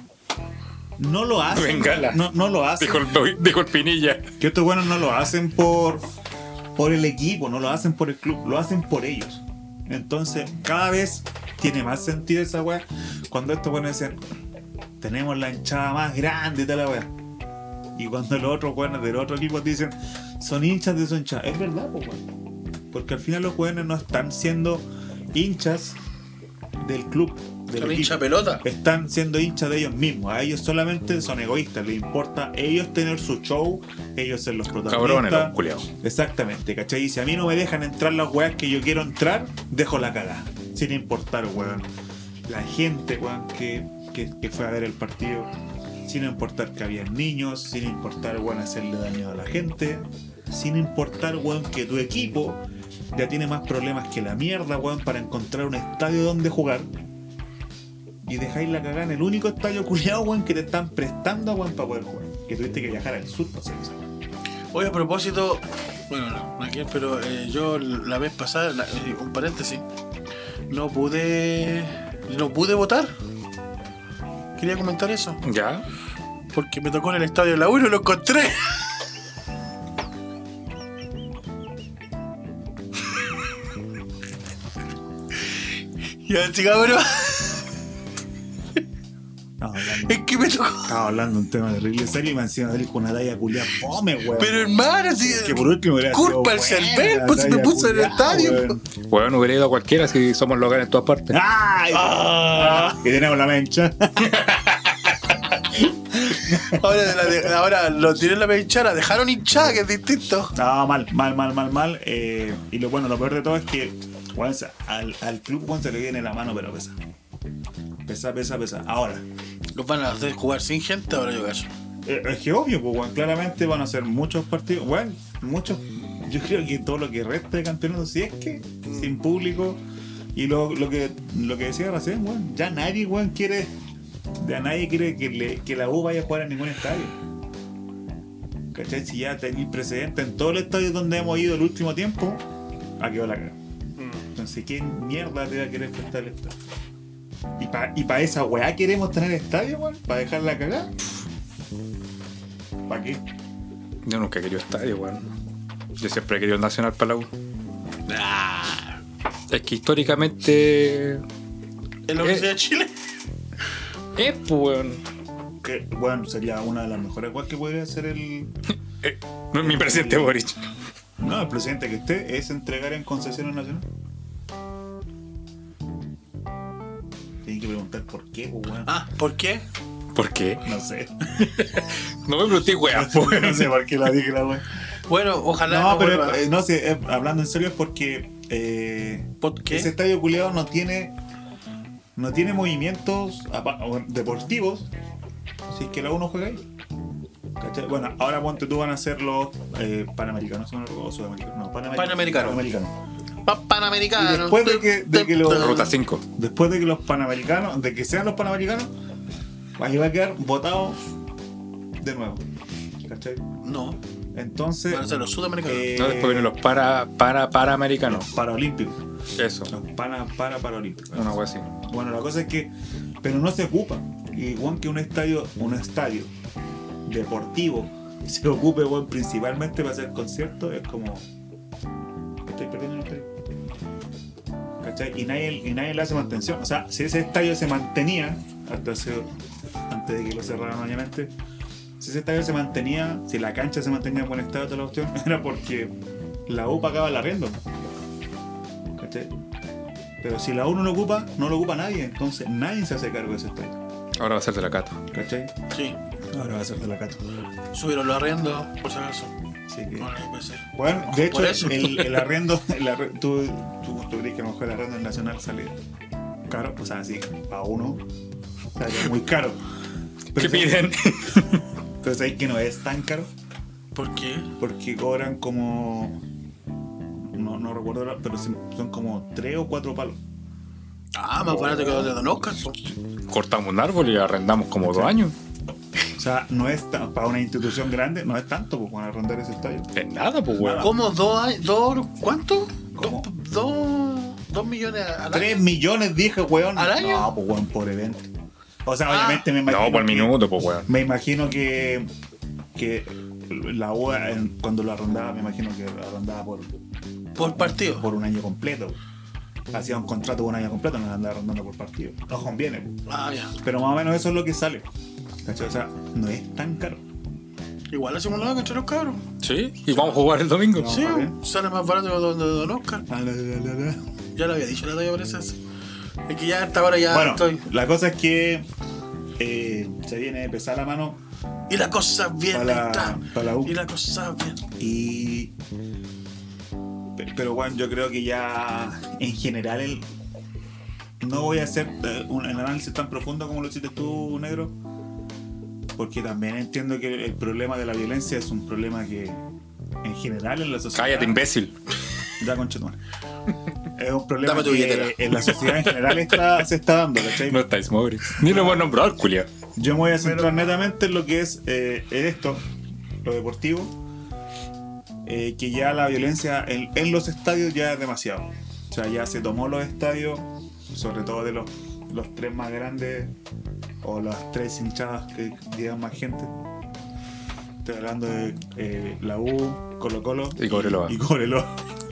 no lo hacen, Bengala. no lo hacen, Dijo el Pinilla. que estos weones no lo hacen por el equipo, no lo hacen por el club, lo hacen por ellos. Entonces, cada vez tiene más sentido esa weá cuando estos weones dicen, tenemos la hinchada más grande de la weá. Y cuando los otros weones del otro equipo dicen, son hinchas de su hinchada. Es verdad, pues, weón. Porque al final los weones no están siendo hinchas del club, del Son equipo. hincha pelota. Están siendo hinchas de ellos mismos. A ellos solamente son egoístas. Les importa ellos tener su show, ellos ser los protagonistas. Cabrones, los culiados. Exactamente, ¿cachai? Y si a mí no me dejan entrar las weas que yo quiero entrar, dejo la cagada. Sin importar, weón. La gente, weón, que fue a ver el partido. Sin importar que había niños. Sin importar, weón, hacerle daño a la gente. Sin importar, weón, que tu equipo ya tiene más problemas que la mierda, weón, para encontrar un estadio donde jugar. Y dejáis la cagada en el único estadio culiado, weón, que te están prestando, weón, para poder jugar. Que tuviste que viajar al sur, no sé qué. Oye, a propósito, bueno, no aquí, pero yo la vez pasada, un paréntesis, no pude votar. Quería comentar eso, ¿Ya? porque me tocó en el estadio de la U y no lo encontré. Ya, chicos, es que me tocó. Estaba hablando un tema terrible serio y me encima salir con una talla culiada fome, weón. Pero hermano, si. que por último hubiera culpa al sido Cervel, buena pues se me la puso en el talla estadio. culiada, Pues. weón. Weón, hubiera ido a cualquiera si somos locales en todas partes. ¡Ay! Ah. Y tenemos la mencha. Ahora lo tienen la hinchada, dejaron hinchada, que es distinto. No, mal. Y lo peor de todo es que weón, al club weón, se le viene la mano, pero pesa. Pesa. Ahora, ¿Los van a hacer jugar sin gente? Ahora yo cacho. es que obvio, pues, weón, claramente van a ser muchos partidos, weón, muchos. Yo creo que todo lo que resta de campeonato, si es que sin público, y lo que decía recién, weón, ya nadie quiere que la U vaya a jugar en ningún estadio. ¿Cachai? Si ya tenéis precedente en todos los estadios donde hemos ido el último tiempo, ¿a qué va la caga? Entonces, ¿qué mierda te va a querer prestar el estadio? ¿Y para esa weá queremos tener estadio, weón? ¿Para dejarla cagar? ¿Para qué? Yo nunca he querido estadio, weón. Yo siempre he querido el Nacional para la U. Es que históricamente. ¿En la Universidad de Chile? Pues, weón. Que, bueno, sería una de las mejores weas que podría hacer el. Mi presidente Boric. No, el presidente que esté es entregar en concesiones nacional. Tienen que preguntar por qué, pues, weón. ¿Por qué? ¿Por qué? No sé. No me pregunté, weón. No sé por qué la dije la wea. Bueno, ojalá. No, pero vuelva. no sé, hablando en serio es porque ¿Por qué? ese estadio culiado no tiene movimientos deportivos si es que la uno juega ahí. ¿Cachai? Bueno, ahora ponte tú van a hacer los panamericanos o sudamericanos. No, panamericanos. Panamericano. Y después de que los Ruta 5. después de que los panamericanos, de que sean los panamericanos, ahí va a quedar votado de nuevo. ¿Cachai? No, Entonces. van a ser los sudamericanos. No, después vienen los paraamericanos. Los paraolímpicos. Eso. Los paraolímpicos. Una wea así. Bueno, la cosa es que. Pero no se ocupa. Igual que un estadio deportivo se ocupe, bueno, principalmente para hacer conciertos, es como. Estoy perdiendo el estadio. ¿Cachai? Y nadie le hace mantención. O sea, si ese estadio se mantenía antes de que lo cerraran obviamente. Si ese estadio se mantenía, si la cancha se mantenía en buen estado de toda la opción, era porque la U pagaba el arriendo. ¿Cachai? Pero si la U no lo ocupa nadie, entonces nadie se hace cargo de ese estadio. Ahora va a ser de la Cato. ¿Cachai? Sí. Ahora va a ser de la Cato. Subieron los arriendos, por si acaso. Así que. No, no puede ser. Bueno, de Por hecho, eso. el arriendo, ¿tú crees que a lo mejor el arriendo en Nacional sale caro? O sea, sí, para uno sale muy caro. ¿Qué piden? Pero sabes que no es tan caro. ¿Por qué? Porque cobran como. No recuerdo, pero son como 3 o 4 palos. Más barato que los de Don Oscar. Cortamos un árbol y arrendamos como 2 años. O sea, no es para una institución grande, no es tanto pues, para arrendar ese estadio. Es nada, pues, weón. ¿Cómo? ¿Cuánto? ¿Cómo? 2 millones al año. 3 millones dije, weón. ¿Al año? No, pues weón, por evento. O sea, obviamente me imagino. No, por que- minuto, pues, weón. Me imagino que la U cuando lo arrendaba, me imagino que lo arrendaba Por partido. por un año completo. Hacía un contrato por un año completo, no lo andaba arrendando por partido. No conviene. Ya. Pero más o menos eso es lo que sale. ¿Cachai? O sea, no es tan caro. Igual hacemos nada contra los cabros. Sí, y vamos a jugar el domingo. No. Sí, vale. sale más barato que los de Don Oscar. Ya lo había dicho la talla, parece eso. Es que ya hasta ahora ya Bueno, estoy. la cosa es que se viene pesada la mano Y la cosa bien está. para la U. Y la cosa bien. Y. Pero bueno, yo creo que ya en general no voy a hacer un análisis tan profundo como lo hiciste tú, negro. Porque también entiendo que el problema de la violencia es un problema que en general en la sociedad. Cállate, imbécil. Ya, conchetumare. Es un problema Dame tu billetera. que en la sociedad en general se está dando, ¿cachai? No estáis móviles. Ni lo hemos nombrado, culia. Yo me voy a centrar netamente en lo que es esto, lo deportivo, que ya la violencia en los estadios ya es demasiado. O sea, ya se tomó los estadios, sobre todo de los 3 más grandes o las 3 hinchadas que llevan más gente. Estoy hablando de la U, Colo-Colo Y Cobreloa. y Cobreloa.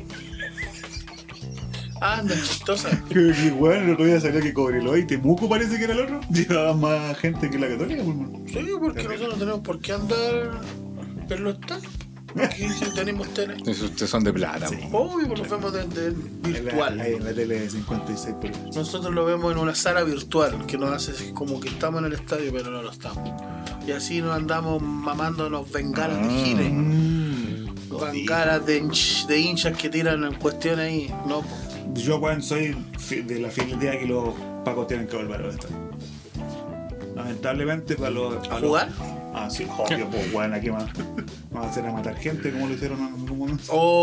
Anda, chistosa. Que bueno, el otro día salió que Cobreloa y Temuco parece que era el otro. Llevaba más gente que la Católica, pues, hermano. Sí, porque nosotros no tenemos por qué andar en los estadios. Aquí sí tenemos tele. Ustedes son de plata, Sí. po. Obvio, porque lo vemos desde virtual. Ahí en la tele de 56 pulgadas. Nosotros lo vemos en una sala virtual que nos hace como que estamos en el estadio, pero no lo estamos. Y así nos andamos mamándonos bengalas de gire. Bengalas de hinchas que tiran en cuestiones ahí. No, Yo, weón, soy de la fiel idea que los pacos tienen que volver a los estadios. Lamentablemente, para los. ¿A jugar? Sí, obvio, pues, weón, aquí más. Vamos a hacer a matar gente como lo hicieron en algún momento.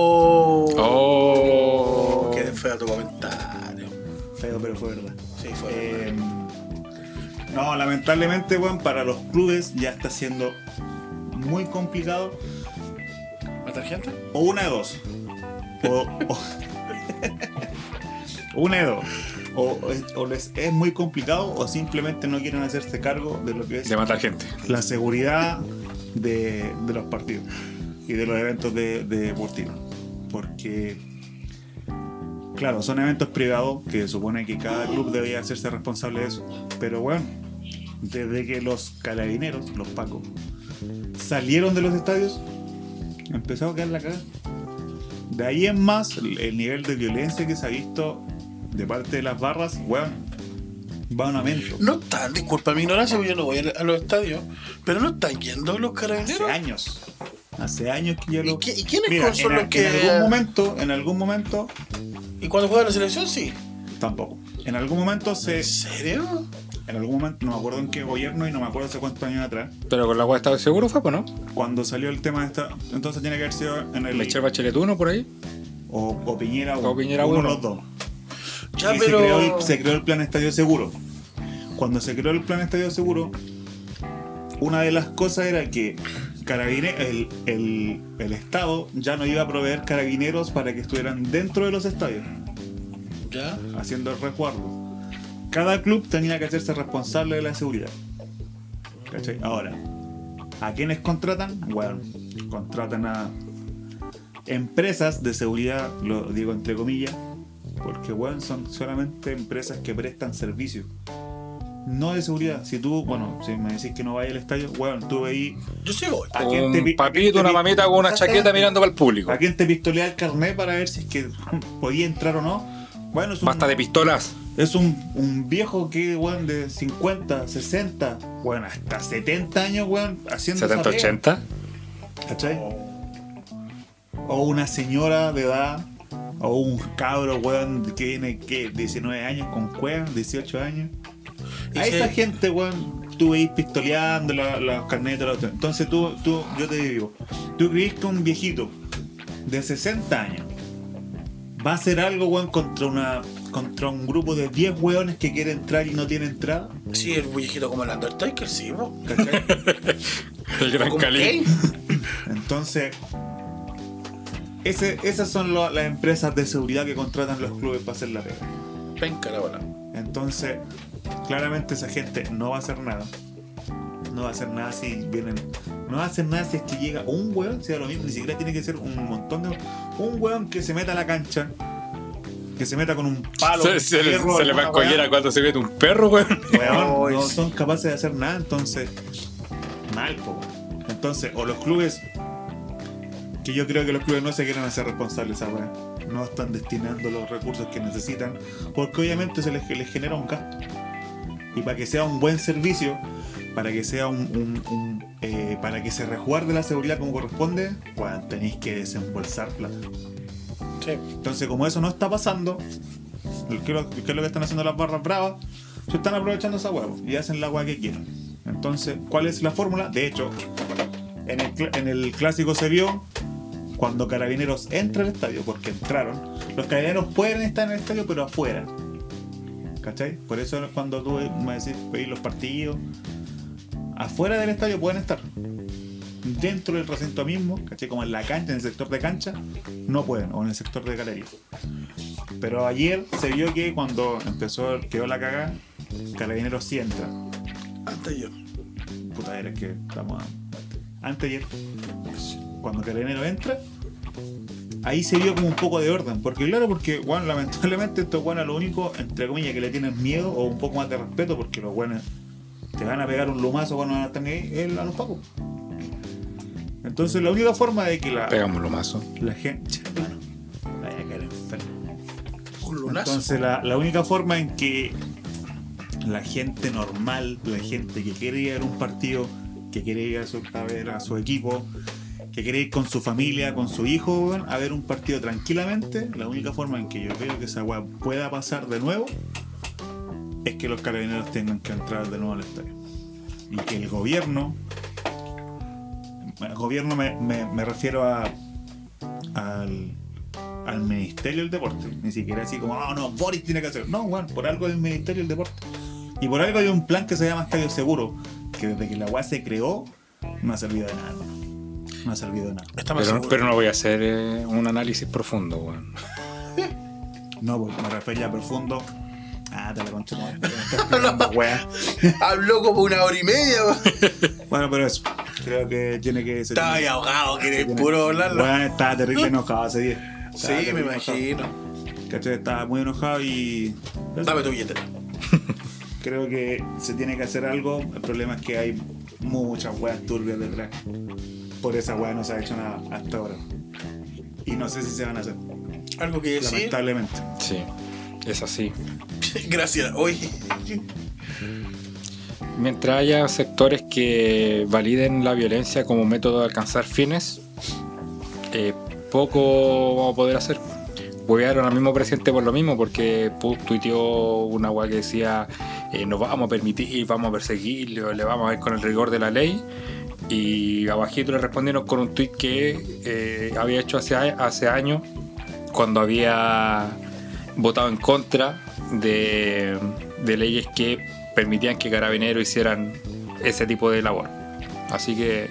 Qué feo tu comentario. Feo, pero fue verdad. Sí, fue verdad. No, lamentablemente, weón, para los clubes ya está siendo muy complicado. ¿Matar gente? O una de dos. Una de dos. O les es muy complicado o simplemente no quieren hacerse cargo de lo que es De matar gente. la seguridad de los partidos y de los eventos deportivos. Porque, claro, son eventos privados que supone que cada club debería hacerse responsable de eso. Pero bueno, desde que los carabineros, los pacos, salieron de los estadios, empezó a quedar la cagada. De ahí en más, el nivel de violencia que se ha visto de parte de las barras, weón, va en aumento. No están, disculpa mi ignorancia, porque yo no voy a los estadios, pero no están yendo los carabineros. Hace años que ya lo... ¿Y quiénes Mira, son los que...? En algún momento... ¿Y cuando juega la selección, sí? Tampoco. En algún momento ¿En serio? En algún momento, no me acuerdo en qué gobierno y no me acuerdo hace cuántos años atrás, Pero con la weá estaba seguro fue, pues, ¿no? cuando salió el tema de esta... Entonces tiene que haber sido en el... Michelle Bachelet 1 por ahí. O Piñera O Piñera uno de uno. los dos. Ya, Y pero... se creó el plan Estadio Seguro. Cuando se creó el plan Estadio Seguro, una de las cosas era que el Estado ya no iba a proveer carabineros para que estuvieran dentro de los estadios, ¿Ya? haciendo el resguardo. Cada club tenía que hacerse responsable de la seguridad. ¿Cachai? Ahora, ¿a quiénes contratan? Bueno, contratan a empresas de seguridad, lo digo entre comillas, porque bueno, son solamente empresas que prestan servicio, no de seguridad. Si tú, si me decís que no vayas al estadio, bueno, tú veis Yo sí voy. ¿a quién te Un papito, una mamita con una chaqueta mirando para el público. ¿A quién te pistolea el carnet para ver si es que podía entrar o no? Bueno, es un, Basta de pistolas. es un viejo que, weón, de 50, 60, bueno, hasta 70 años, weón, haciendo 70, esa pega. 80. ¿Cachai? O una señora de edad, o un cabro, weón, que tiene, 19 años con cueva, 18 años. A esa gente, weón, tú veis pistoleando los carnetes. Entonces yo te digo, tú crees que un viejito de 60 años va a hacer algo, weón, contra un grupo de 10 weones que quiere entrar y no tiene entrada. Sí, el viejito como el Undertaker, sí, bro. ¿Cachai? El gran Como Cali. Kane. Entonces, esas son las empresas de seguridad que contratan los clubes para hacer la pega. Penca la bola. Entonces, claramente esa gente no va a hacer nada. No va a hacer nada si vienen. No va a hacer nada si es que llega un weón, sea lo mismo, ni siquiera tiene que ser un montón de. Un weón que se meta a la cancha, que se meta con un palo. Se le va a collera cuando se mete un perro, weón. Weón, no son capaces de hacer nada, entonces. Mal, po. Entonces, o los clubes. Que yo creo que los clubes no se quieren hacer responsables a esa weá. No están destinando los recursos que necesitan, porque obviamente se les genera un gasto. Y para que sea un buen servicio, para que sea para que se resguarde la seguridad como corresponde, bueno, tenéis que desembolsar plata. Sí. Entonces, como eso no está pasando, ¿qué es lo que están haciendo las barras bravas? Se están aprovechando esa hueá y hacen la hueá que quieren. Entonces, ¿cuál es la fórmula? De hecho, en el clásico se vio cuando Carabineros entra al estadio, porque entraron. Los Carabineros pueden estar en el estadio, pero afuera. ¿Cachai? Por eso cuando tú me decís veis los partidos, afuera del estadio pueden estar. Dentro del recinto mismo, ¿cachai? Como en la cancha, en el sector de cancha, no pueden, o en el sector de galería. Pero ayer se vio que cuando quedó la cagada, Carabineros sí entra. Antes yo. Puta, era que estamos antes ayer. Cuando Carabineros entra, ahí se vio como un poco de orden. Porque bueno, lamentablemente estos buenos lo único, entre comillas, que le tienen miedo o un poco más de respeto, porque los buenos te van a pegar un lumazo cuando van a estar ahí, es a los pacos. Entonces la única forma de que Pegamos un lumazo. la gente, bueno, vaya a caer enfermo. Un lunazo. Entonces la única forma en que la gente normal, la gente que quiere ir a un partido que quiere ir a ver a su equipo, que quiere ir con su familia, con su hijo, weón, a ver un partido tranquilamente, la única forma en que yo creo que esa weá pueda pasar de nuevo es que los carabineros tengan que entrar de nuevo al estadio. Y que el gobierno me refiero al Ministerio del Deporte, ni siquiera así como, no, Boris tiene que hacer. No, weón, por algo es el Ministerio del Deporte. Y por algo hay un plan que se llama Estadio Seguro, que desde que la weá se creó no ha servido de nada, weón. No ha servido de nada. Pero no voy a hacer un análisis profundo, weón. No, pues me refería a profundo. Te la concha, no. Habló como 1 hora y media, weón. Bueno, pero eso. Creo que tiene que ser. Estaba ahí ahogado, querés puro hablarlo. Bueno, estaba terrible enojado ese día. Sí, me imagino. ¿Cachai? Estaba muy enojado y. Dame tu billetera. Creo que se tiene que hacer algo. El problema es que hay muchas weas turbias detrás. Por esa wea no se ha hecho nada hasta ahora. Y no sé si se van a hacer. ¿Algo que decir? Lamentablemente. Sí, es así. Gracias. Oye. Mientras haya sectores que validen la violencia como método de alcanzar fines, poco vamos a poder hacer. Huevearon al mismo presidente por lo mismo, porque tuiteó una weá que decía nos vamos a permitir, vamos a perseguirlo, le vamos a ver con el rigor de la ley. Y abajito le respondieron con un tuit que había hecho hace años, cuando había votado en contra de leyes que permitían que carabineros hicieran ese tipo de labor. Así que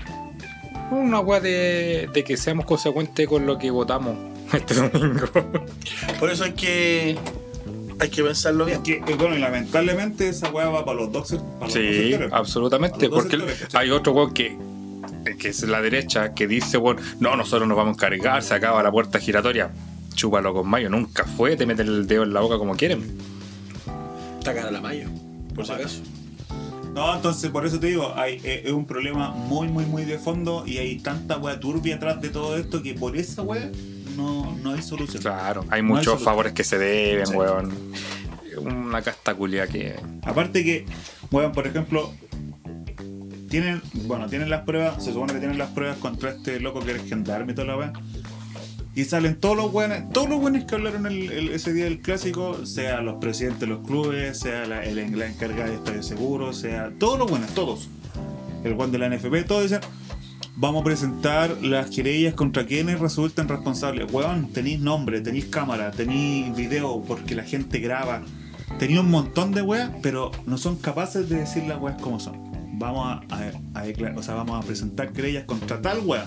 una weá de que seamos consecuentes con lo que votamos este domingo. Por eso hay que pensarlo bien. Bueno, y lamentablemente esa weá va para los dos sectores. Sí, absolutamente, porque hay otro weón que es la derecha, que dice, bueno, no, nosotros nos vamos a encargar, se acaba la puerta giratoria. Chúpalo con mayo, nunca fue, te meten el dedo en la boca como quieren. Está cara la mayo, por si acaso. No, entonces por eso te digo, es un problema muy, muy, muy de fondo y hay tanta weá turbia atrás de todo esto que por esa weá no hay solución. Claro, hay muchos favores que se deben, sí. Weón. Una casta culia que... Aparte que, weón, por ejemplo, tienen las pruebas, se supone que tienen las pruebas contra este loco que es gendarme y toda la weá. Y salen todos los buenos que hablaron ese día del clásico, sea los presidentes de los clubes, sea la encargada de Estadio Seguro, sea todos los buenos, todos. El Juan de la NFP, todos dicen, vamos a presentar las querellas contra quienes resulten responsables. Weón, tenéis nombre, tenéis cámara, tenéis video, porque la gente graba. Tenéis un montón de weas, pero no son capaces de decir las weas como son. Vamos a presentar querellas contra tal wea.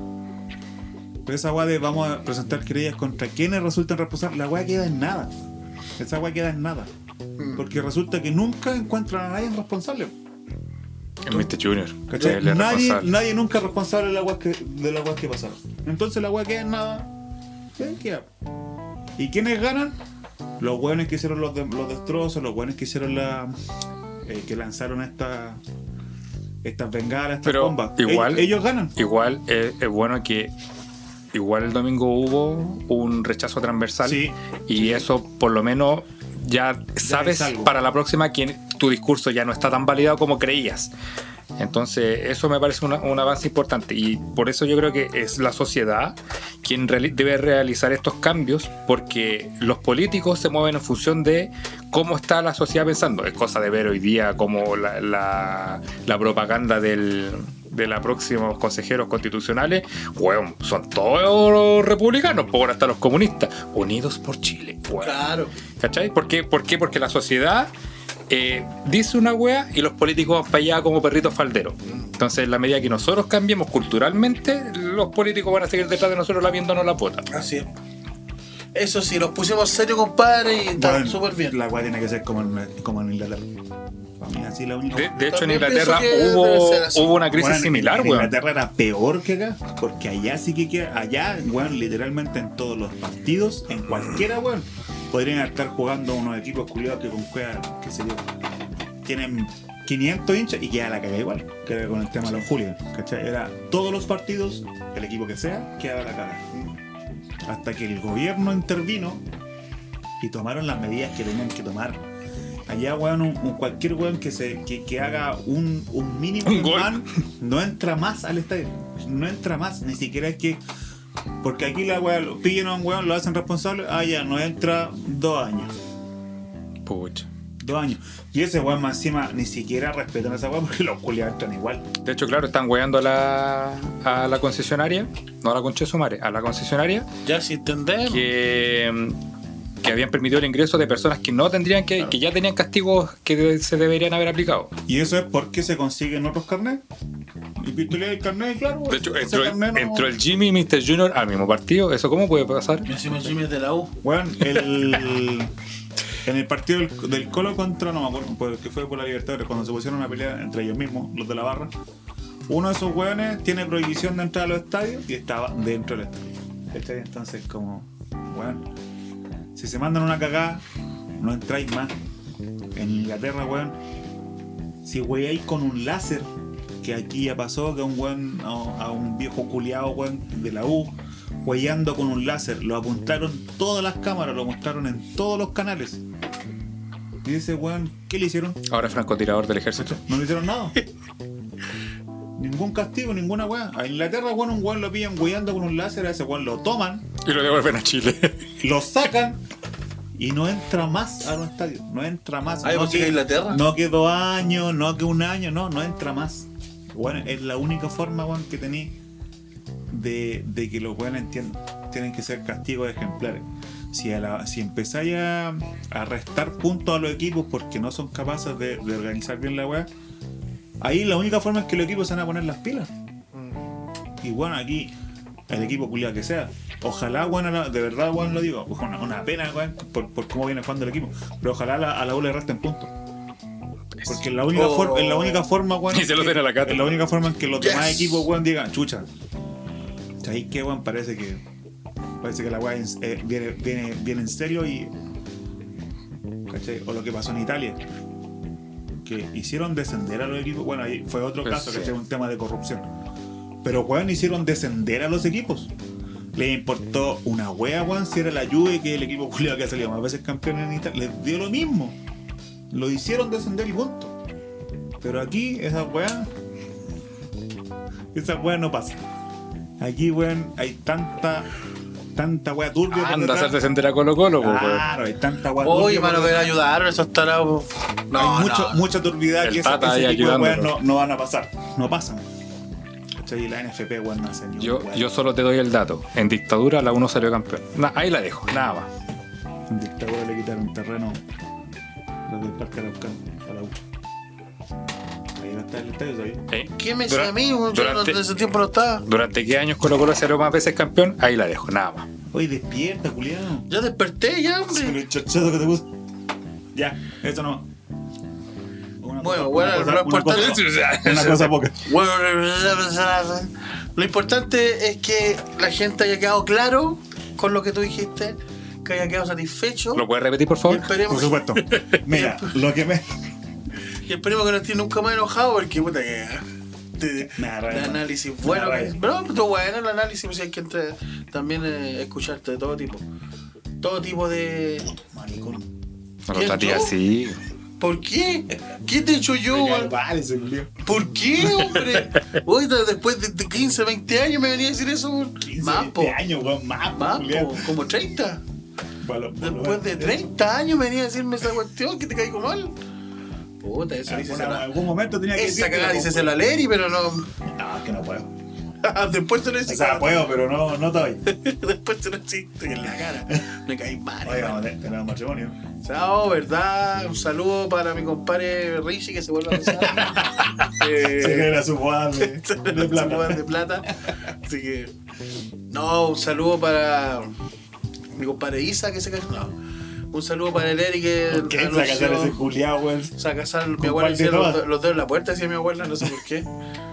Pero esa wea de vamos a presentar querellas contra quienes resulten responsables, la wea queda en nada. Esa wea queda en nada. Porque resulta que nunca encuentran a nadie responsable. El Mr. Junior. ¿Cachai? Nadie nunca es responsable de las weas que pasaron. Entonces la wea queda en nada. ¿Qué? ¿Y quiénes ganan? Los weones que hicieron los destrozos, los weones que hicieron que lanzaron estas bengalas, estas bombas. Igual, ellos ganan. Igual es bueno que igual el domingo hubo un rechazo transversal, sí, y sí, eso por lo menos ya sabes para la próxima que tu discurso ya no está tan validado como creías. Entonces eso me parece un avance importante, y por eso yo creo que es la sociedad quien debe realizar estos cambios, porque los políticos se mueven en función de cómo está la sociedad pensando. Es cosa de ver hoy día como la propaganda de los próximos consejeros constitucionales, bueno, son todos republicanos, por hasta los comunistas, unidos por Chile. Bueno. Claro. ¿Cachai? ¿Por qué? Porque la sociedad dice una wea y los políticos van para allá como perritos falderos. Entonces, en la medida que nosotros cambiemos culturalmente, los políticos van a seguir detrás de nosotros laviéndonos la bota. Así es. Eso sí, nos pusimos serios, compadre, y está súper bien. La wea tiene que ser como en Inglaterra. Así la única. De hecho, en Inglaterra hubo una crisis similar, weón. En Inglaterra era peor que acá, porque allá sí que queda. Allá, weón, literalmente en todos los partidos, en cualquiera, weón, podrían estar jugando unos equipos culiados que con cueva, qué sé yo, tienen 500 hinchas y queda la caga igual, que con el tema de los hooligans, ¿cachai? Era todos los partidos, el equipo que sea, quedaba la caga. Hasta que el gobierno intervino y tomaron las medidas que tenían que tomar Allá, weón, cualquier weón que haga un mínimo Un de gol. man, no entra más al estadio. No entra más, ni siquiera es que. Porque aquí la weá lo pillan a un weón, lo hacen responsable. Ah, ya, no entra 2 años. Pucha. 2 años. Y ese weón más encima ni siquiera respetan a esa weá porque los culiados entran igual. De hecho, claro, están weando a la concesionaria, no a la concha de su madre, a la concesionaria, Ya, si entendemos. que habían permitido el ingreso de personas que no tendrían que ya tenían castigos que se deberían haber aplicado. Y eso es porque se consiguen otros carnets. Y pistolea el carnet, claro. De hecho, ese carnet no- entró el Jimmy y Mr. Junior al mismo partido. ¿Eso cómo puede pasar? Me decimos Jimmy es de la U. Weón, en el partido del Colo contra, no me acuerdo, porque fue por la Libertadores, cuando se pusieron a pelear entre ellos mismos, los de la barra, uno de esos weones tiene prohibición de entrar a los estadios y estaba dentro del estadio. ¿Cachai? Entonces, como, weón, si se mandan una cagada, no entráis más. En Inglaterra, weón, si weáis con un láser, que aquí ya pasó, que un weón, a un viejo culiado, weón, de la U, huellando con un láser, lo apuntaron todas las cámaras, lo mostraron en todos los canales. Y ese weón, ¿qué le hicieron? Ahora es francotirador del ejército. No le hicieron nada. Ningún castigo, ninguna weá. A Inglaterra, weón, un weón lo pillan huellando con un láser, a ese weón lo toman, Y lo devuelven a Chile. lo sacan y no entra más a los estadios. No entra más. Ah, no ¿porque que, Inglaterra? no que 2 años, no que 1 año, no entra más. Bueno, es la única forma, weón, que tenéis de que los weones tienen que ser castigos ejemplares. Si empezáis a restar puntos a los equipos porque no son capaces de organizar bien la weá, ahí la única forma es que los equipos se van a poner las pilas. Y bueno, aquí, el equipo culiado que sea, ojalá, bueno, de verdad, bueno, lo digo, una pena, weón, por cómo viene jugando el equipo, pero ojalá a la U le resten puntos. Porque es la única forma, weón. Y se lo den a la cata. Es la única forma en que los Yes. demás equipos, weón, digan, chucha. ¿Sabéis qué, weón? Parece que la weá viene en serio y. ¿Cachai? O lo que pasó en Italia. Que hicieron descender a los equipos. Bueno, ahí fue otro Pues caso, sí. ¿cachai? Un tema de corrupción. Pero, weón, hicieron descender a los equipos. Les importó una wea, weón, si era la Juve, que el equipo culiado que ha salido más veces campeón en Italia. Les dio lo mismo. Lo hicieron descender y punto. Pero aquí, esa weá no pasa. Aquí, weón, hay tanta weá turbia. por Anda a detrás. hacer descender a Colo Colo, po, weón. Claro, hay tanta weá Oye, turbia por mano, que detrás. ayudaron esos tarados. No, Hay no. mucha turbidad El que Tata ahí ese tipo de weas ayudándolo. no van a pasar. No pasan. ¿Cachai? Y la NFP, weón, no hace ni Yo, una weá. yo solo te doy el dato. En dictadura la 1 salió campeón. Ahí la dejo, nada más. En dictadura le quitaron terreno los del Parque Araucano a la U. Ahí no está el estadio todavía. ¿Qué me decía a mí? Yo durante- en ese tiempo no estaba. ¿Durante qué años Colo Colo salió más veces campeón? Ahí la dejo, nada más. Oye, despierta, culiado. Ya desperté, ya, Con hombre. el chochazo que te puso. Ya, eso no. Bueno, bueno, lo importante Una cosa poca. Bueno, lo importante es que la gente haya quedado claro con lo que tú dijiste, que haya quedado satisfecho. ¿Lo puedes repetir, por Y favor? esperemos, Por supuesto. Mira, lo que me. y esperemos que no esté nunca más enojado porque puta que Me da rabia, de man. análisis Me bueno da que, rabia. pero estuvo bueno el análisis, pues hay que también escucharte de todo tipo de. Maricón. No lo ¿Quién, traté yo? así. ¿Por qué? ¿Qué te he hecho yo, Me cae weón? mal ese culiao. ¿Por qué, hombre? Oye, después de 15, 20 años me venía a decir eso, weón. 15, Más, po. 20 años, weón. Más, Más, culiao. po, como 30. Bueno, Después de 30 años venía a decirme esa cuestión que te caigo mal. Puta, eso dice En algún momento tenía que esa decirte, cagada po. dice la Leri, pero no. No, es que no puedo. Después te lo O dice. sea, puedo, pero no estoy. Después te lo hiciste en la cara. Me caí mal. Oye, vamos a tener un matrimonio. Chao, ¿verdad? Un saludo para mi compadre Richie que se vuelve a casar. Se cree la su jugada de plata. de plata. Así que. No, un saludo para mi compadre Isa que se casó. No. Un saludo para el Eri que. ¿Por qué se va a casar ese culiao, weón? Se va a casar, mi ¿Con abuela cuál de decía todas? los dedos en la puerta, decía mi abuela, no sé por qué.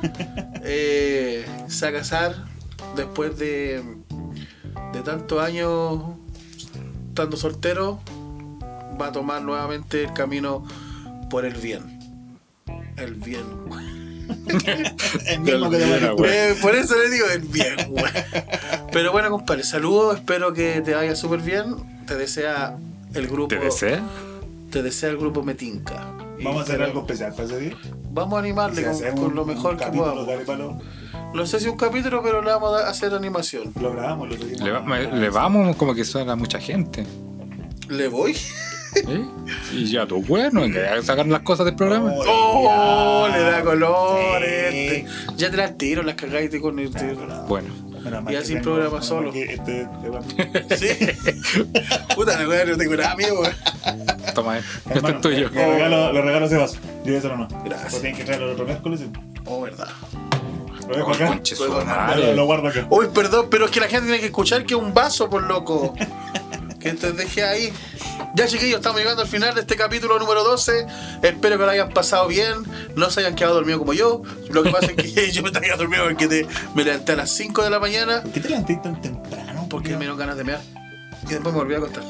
Se va a casar después de tantos años estando soltero, va a tomar nuevamente el camino por el bien. El bien. El mismo que te Mira, va a Por eso le digo el bien, güey. Pero bueno, compadre, saludos, espero que te vaya súper bien. Te desea el grupo. ¿Te desea? te desea el grupo Metinca. Vamos a hacer algo especial para ese día. Vamos a animarle con lo mejor que podamos. No sé si un capítulo, pero le vamos a hacer animación. Lo grabamos, lo subimos. Le vamos como que suena mucha gente. ¿Le voy? ¿Sí? Y ya tú, bueno, que sacar las cosas del programa. ¡Oh! Le da color. Sí. Ya te las tiro, las cagáis con el Bueno. Y así programa solo. Sí. Puta, no tengo nada mío, weón. Toma, este es tuyo. Le regalo ese vaso. Yo eso no. Gracias. Pues tienen que traerlo el otro miércoles. Oh, verdad. Lo dejo acá. Conche su madre. Lo guardo acá. Uy, perdón, pero es que la gente tiene que escuchar que es un vaso, por loco. Que te dejé ahí. Ya, chiquillos, estamos llegando al final de este capítulo número 12. Espero que lo hayan pasado bien. No se hayan quedado dormidos como yo. Lo que pasa es que yo me estaba quedando dormido porque me levanté a las 5 de la mañana. ¿Por qué te levanté tan temprano? Porque me dieron ganas de mear. Y después me volví a acostar.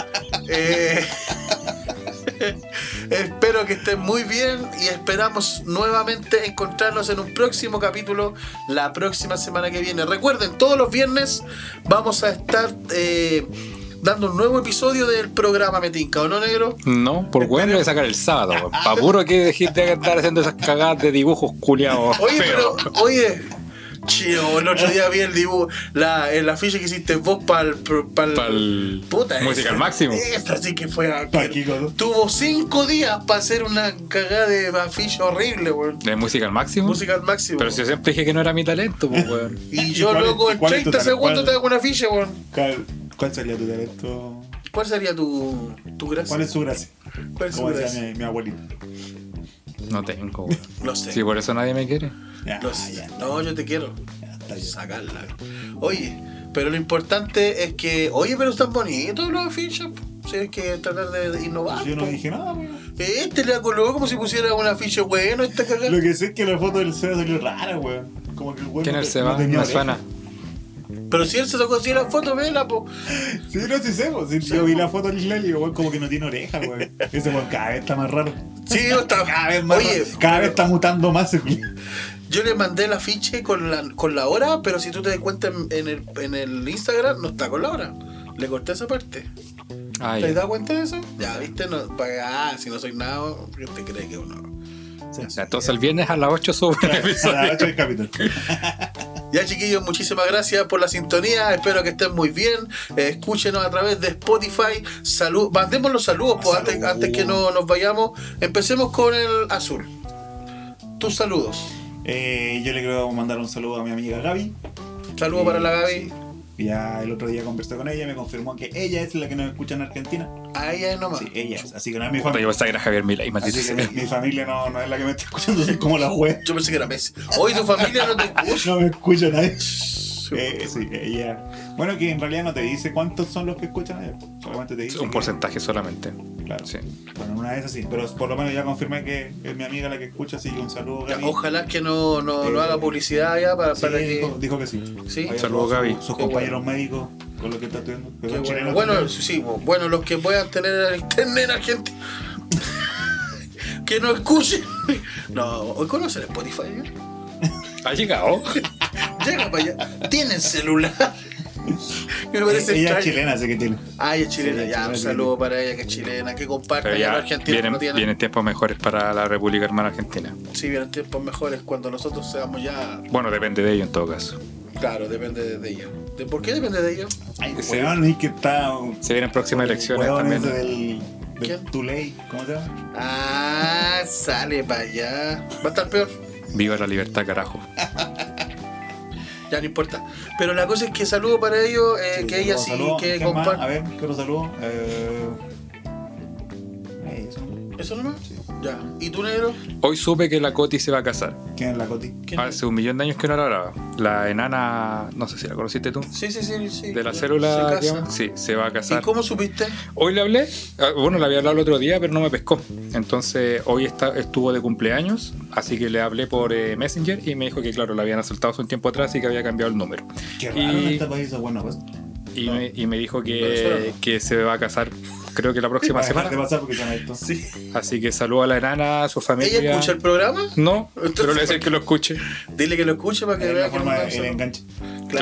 Espero que estén muy bien y esperamos nuevamente encontrarnos en un próximo capítulo la próxima semana que viene. Recuerden, todos los viernes vamos a estar dando un nuevo episodio del programa Metinca, ¿o no, negro? No, por bueno voy a sacar el sábado, weón. Pa' puro que dejes de andar haciendo esas cagadas de dibujos culiados. Oye, feos. pero, chido, el otro día vi el dibujo, el afiche que hiciste vos para el puta, Musical Máximo. Esta sí que fue. Aquí, ¿no? Tuvo 5 días para hacer una cagada de afiche horrible, weón. ¿De Musical Máximo? Musical Máximo. Pero si yo siempre dije que no era mi talento, pues, weón. Y yo, loco, en cuál es tu 30 talento? segundos te hago un afiche, weón. ¿Cuál sería tu talento? ¿Cuál sería tu gracia? ¿Cuál es su gracia? ¿Cuál es su Como gracia? decía mi abuelito. No tengo, weón. No sé. Sí, por eso nadie me quiere. Ya, No sé. ya, No, yo te quiero. ya, está bien. Sacarla. Oye, pero lo importante es que. Oye, pero están bonitos los afiches. Si hay que tratar de innovar. Yo no po. dije nada, weón. Este le colocó como si pusiera un afiche bueno, esta cagada. Lo que sé es que la foto del Seba salió rara, weón. Como que el weón ¿Quién no es el te- Seba? no tenía Me oreja. suena. Pero si él se tocó así la foto, vela, po. Sí, no, sí sé, pues. Sí, yo vi la foto del Lely, weón, como que no tiene oreja, weón. Ese weón cada vez está más raro. Sí, está Cada vez más Oye, raro. Cada vez está mutando más. yo le mandé el afiche con la hora, pero si tú te das cuenta en el Instagram, no está con la hora. Le corté esa parte. Ah, ¿Te ya. has dado cuenta de eso? Ya, viste, no, si no soy nada, ¿qué te crees que uno? Entonces el viernes a las 8 sube el A las episodio. 8 del capítulo. Ya, chiquillos, muchísimas gracias por la sintonía. Espero que estén muy bien. Escúchenos a través de Spotify. Mandemos los saludos, pues, antes que no nos vayamos. Empecemos con el azul. Tus saludos. Yo le quiero mandar un saludo a mi amiga Gaby. Saludos para la Gaby. Ya el otro día conversé con ella y me confirmó que ella es la que nos escucha en Argentina. A ella nomás. Sí, ella es. Así que no es mi Puta, yo familia. pensaba que era Javier Milei, maldita Así sea. que mi familia no es la que me está escuchando, soy como la web. Yo pensé que era Messi. Hoy tu familia no te escucha. No me escucha nadie. Sí, ella. Bueno, que en realidad no te dice cuántos son los que escuchan a ella. Solamente te dice. Un que- porcentaje solamente. Claro. Sí. Bueno, una vez así. Pero por lo menos ya confirmé que es mi amiga la que escucha, así que un saludo, Ya, Gaby. ojalá que no haga publicidad ya para Sí, que. dijo que sí. Sí. Ahí a Saludos, todos Gaby. Sus Qué compañeros médicos con lo que está estudiando. Qué Son bueno. chilenos Bueno, también. sí, bueno, los que puedan tener internet en Argentina. Que no escuchen. No, hoy conocen Spotify, ¿eh? ¿Ha llegado? Llega para allá. Tienen celular. Me parece Ella es extraño. chilena, así que tiene. Ah, ella es chilena, Sí, ya. Un chilena, saludo para ella que es chilena, que comparte Pero allá en ya Argentina. No vienen tiempos mejores para la República Hermana Argentina. Sí, vienen tiempos mejores cuando nosotros seamos ya. Bueno, depende de ello en todo caso. Claro, depende de ellos. ¿Por qué depende de ellos? Ay, Sí. weón, y que está. Se vienen próximas elecciones Weón también. ese del ¿Quién? Tuley, ¿cómo se llama? Ah, sale para allá. Va a estar peor. Viva la libertad, carajo. Ya no importa. Pero la cosa es que saludo para ellos, Sí, que ella sí, saludos. que ¿Quién más? A comparten. ver, ¿qué otro saludo? Eso. ¿Eso nomás? Ya. ¿Y tú, negro? Hoy supe que la Coti se va a casar. ¿Quién es la Coti? ¿Quién? Hace 1.000.000 de años que no la hablaba. La enana, no sé si la conociste tú. Sí. De la Se célula, casa. digamos. Sí, se va a ¿Y casar. cómo supiste? Hoy le hablé, bueno, le había hablado el otro día, pero no me pescó. Entonces, hoy estuvo de cumpleaños, así que le hablé por Messenger y me dijo que, claro, la habían asaltado hace un tiempo atrás y que había cambiado el número. Qué raro Y- en este país, bueno, pues. Y me dijo Venezuela no. que se va a casar, creo que la próxima Va a dejar de semana. pasar porque se han esto. Sí. Así que saludo a la enana, a su familia. ¿Ella escucha el programa? No, pero le voy a decir que lo escuche. Dile que lo escuche para que Es vea la que no forma pasa. el enganche.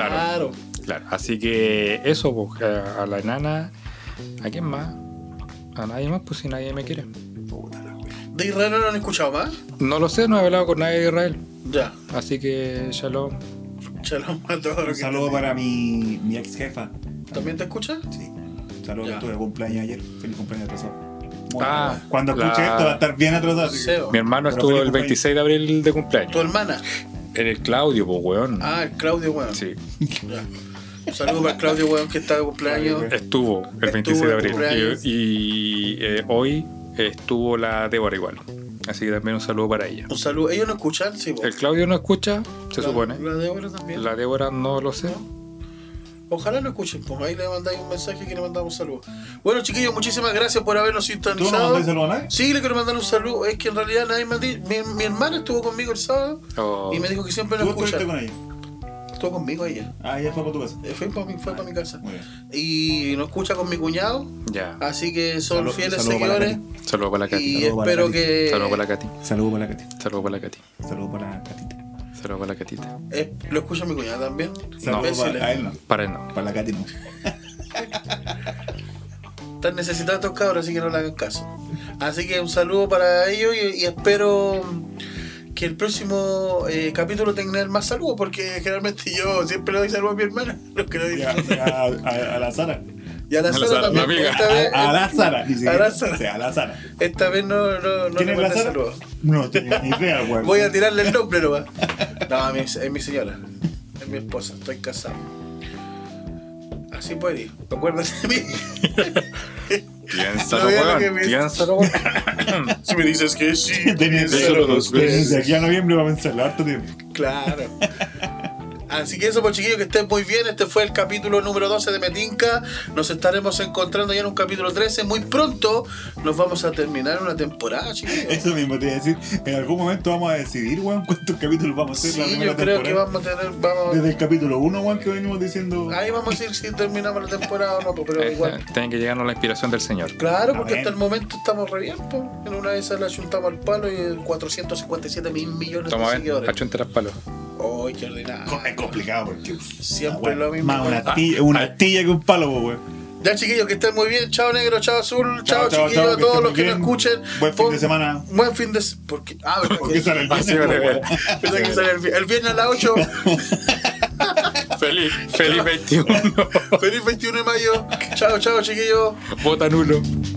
Claro. Claro, así que eso, pues, a la enana. ¿A quién más? A nadie más, pues si nadie me quiere. Puta la wea. ¿De Israel no lo han escuchado más? No lo sé, no he hablado con nadie de Israel. Ya. Así que, shalom. Shalom a todos. Un saludo para mi ex jefa. ¿También te escucha? Sí. Un saludo Ya. que tuve cumpleaños ayer. Feliz cumpleaños atrasado. Ah, Cuando escuche la- esto va a estar bien atrasado. así que- Seo. Mi hermano Pero estuvo feliz el cumpleaños. 26 de abril de ¿Tu cumpleaños. hermana? En el Claudio, pues, weón. Ah, el Claudio, weón. Sí. Ya. Un saludo para el Claudio, weón, que está de cumpleaños. Estuvo el 26 de el abril. cumpleaños. Y hoy estuvo la Débora igual. Así que también un saludo para ella. Un saludo. ¿Ellos no escuchan? Sí, po. El Claudio no escucha, se supone. La Débora también. La Débora no lo sé. Ojalá lo escuchen, pues ahí le mandáis un mensaje que le mandamos saludos. Bueno, chiquillos, muchísimas gracias por habernos ¿Tú no sintonizado. mandas saludos a nadie? Sí, le quiero mandar un saludo. Es que en realidad nadie me ha dicho. Mi hermana estuvo conmigo el sábado Oh, y me dijo que siempre ¿Tú lo escucha. estuviste con ella? Estuvo conmigo ella. Ah, ella fue para tu casa. Fue para mi casa. Muy bien. Y nos escucha con mi cuñado. ya. Así que son Saludo- fieles saludo para la seguidores. Saludo para la Katy. Y Saludo para espero la que. Saludo para la Katy. Saludos para la Katy. Saludo para la Katy. Saludos para la Catita. Saludo para la Catita. Lo escucha mi cuñado también. Saludos Imbéciles. para él, no. Para él no. Para la Katy no. Están necesitados estos cabros, así que no le hagan caso. Así que un saludo para ellos y espero que el próximo capítulo tenga más saludos, porque generalmente yo siempre le doy saludos a mi hermana. Los que le doy A la Sara. y a la A la Sara Sara, también. la amiga. Esta vez, A la Sara. Ni siquiera. la Sara. Sí, a la Sara. esta vez no ¿Quién le es la mandé Sara? saludos. No tengo ni idea, weón. Voy a tirarle el nombre nomás. No, es mi señora. Es mi esposa. Estoy casado. Así puede ir. Acuérdate de mí. Piénsalo, No veo lo que weón. me- Piénsalo, weón. Si me dices que sí, Tenés piénsalo dos veces. de aquí a noviembre va a pensarlo harto tiempo. Claro. Así que eso, pues chiquillos, que estén muy bien. Este fue el capítulo número 12 de Metinca. Nos estaremos encontrando ya en un capítulo 13. Muy pronto nos vamos a terminar una temporada, chiquillos. Eso mismo te iba a decir. En algún momento vamos a decidir, weón, cuántos capítulos vamos a hacer la Sí, primera yo creo que temporada. vamos a tener. Vamos, Desde el capítulo 1, weón, que venimos diciendo. ahí vamos a decir si terminamos la temporada o no, pues, pero igual. Tienen que llegarnos la inspiración del Señor. Claro, porque Amén. hasta el momento estamos re bien, pues. En una de esas la chuntamos al palo y 457 mil millones Toma a de ver, seguidores. achunte las palos. ¡Ay, qué ordenado! Es complicado porque. Siempre weón, lo mismo. Más una astilla que un palo, weón. Ya, chiquillos, que estén muy bien. Chao, negro, chao, azul. Chao, Chao, chiquillos, chao, a que todos estén los que muy nos bien. escuchen. Buen fin de semana. Buen fin de semana. ¿Verdad? Porque sale el viernes, Así, weón. weón. Pensé que sale el viernes a las 8. Feliz 21. Feliz 21 de mayo. Chao, chao, chiquillos. Vota nulo.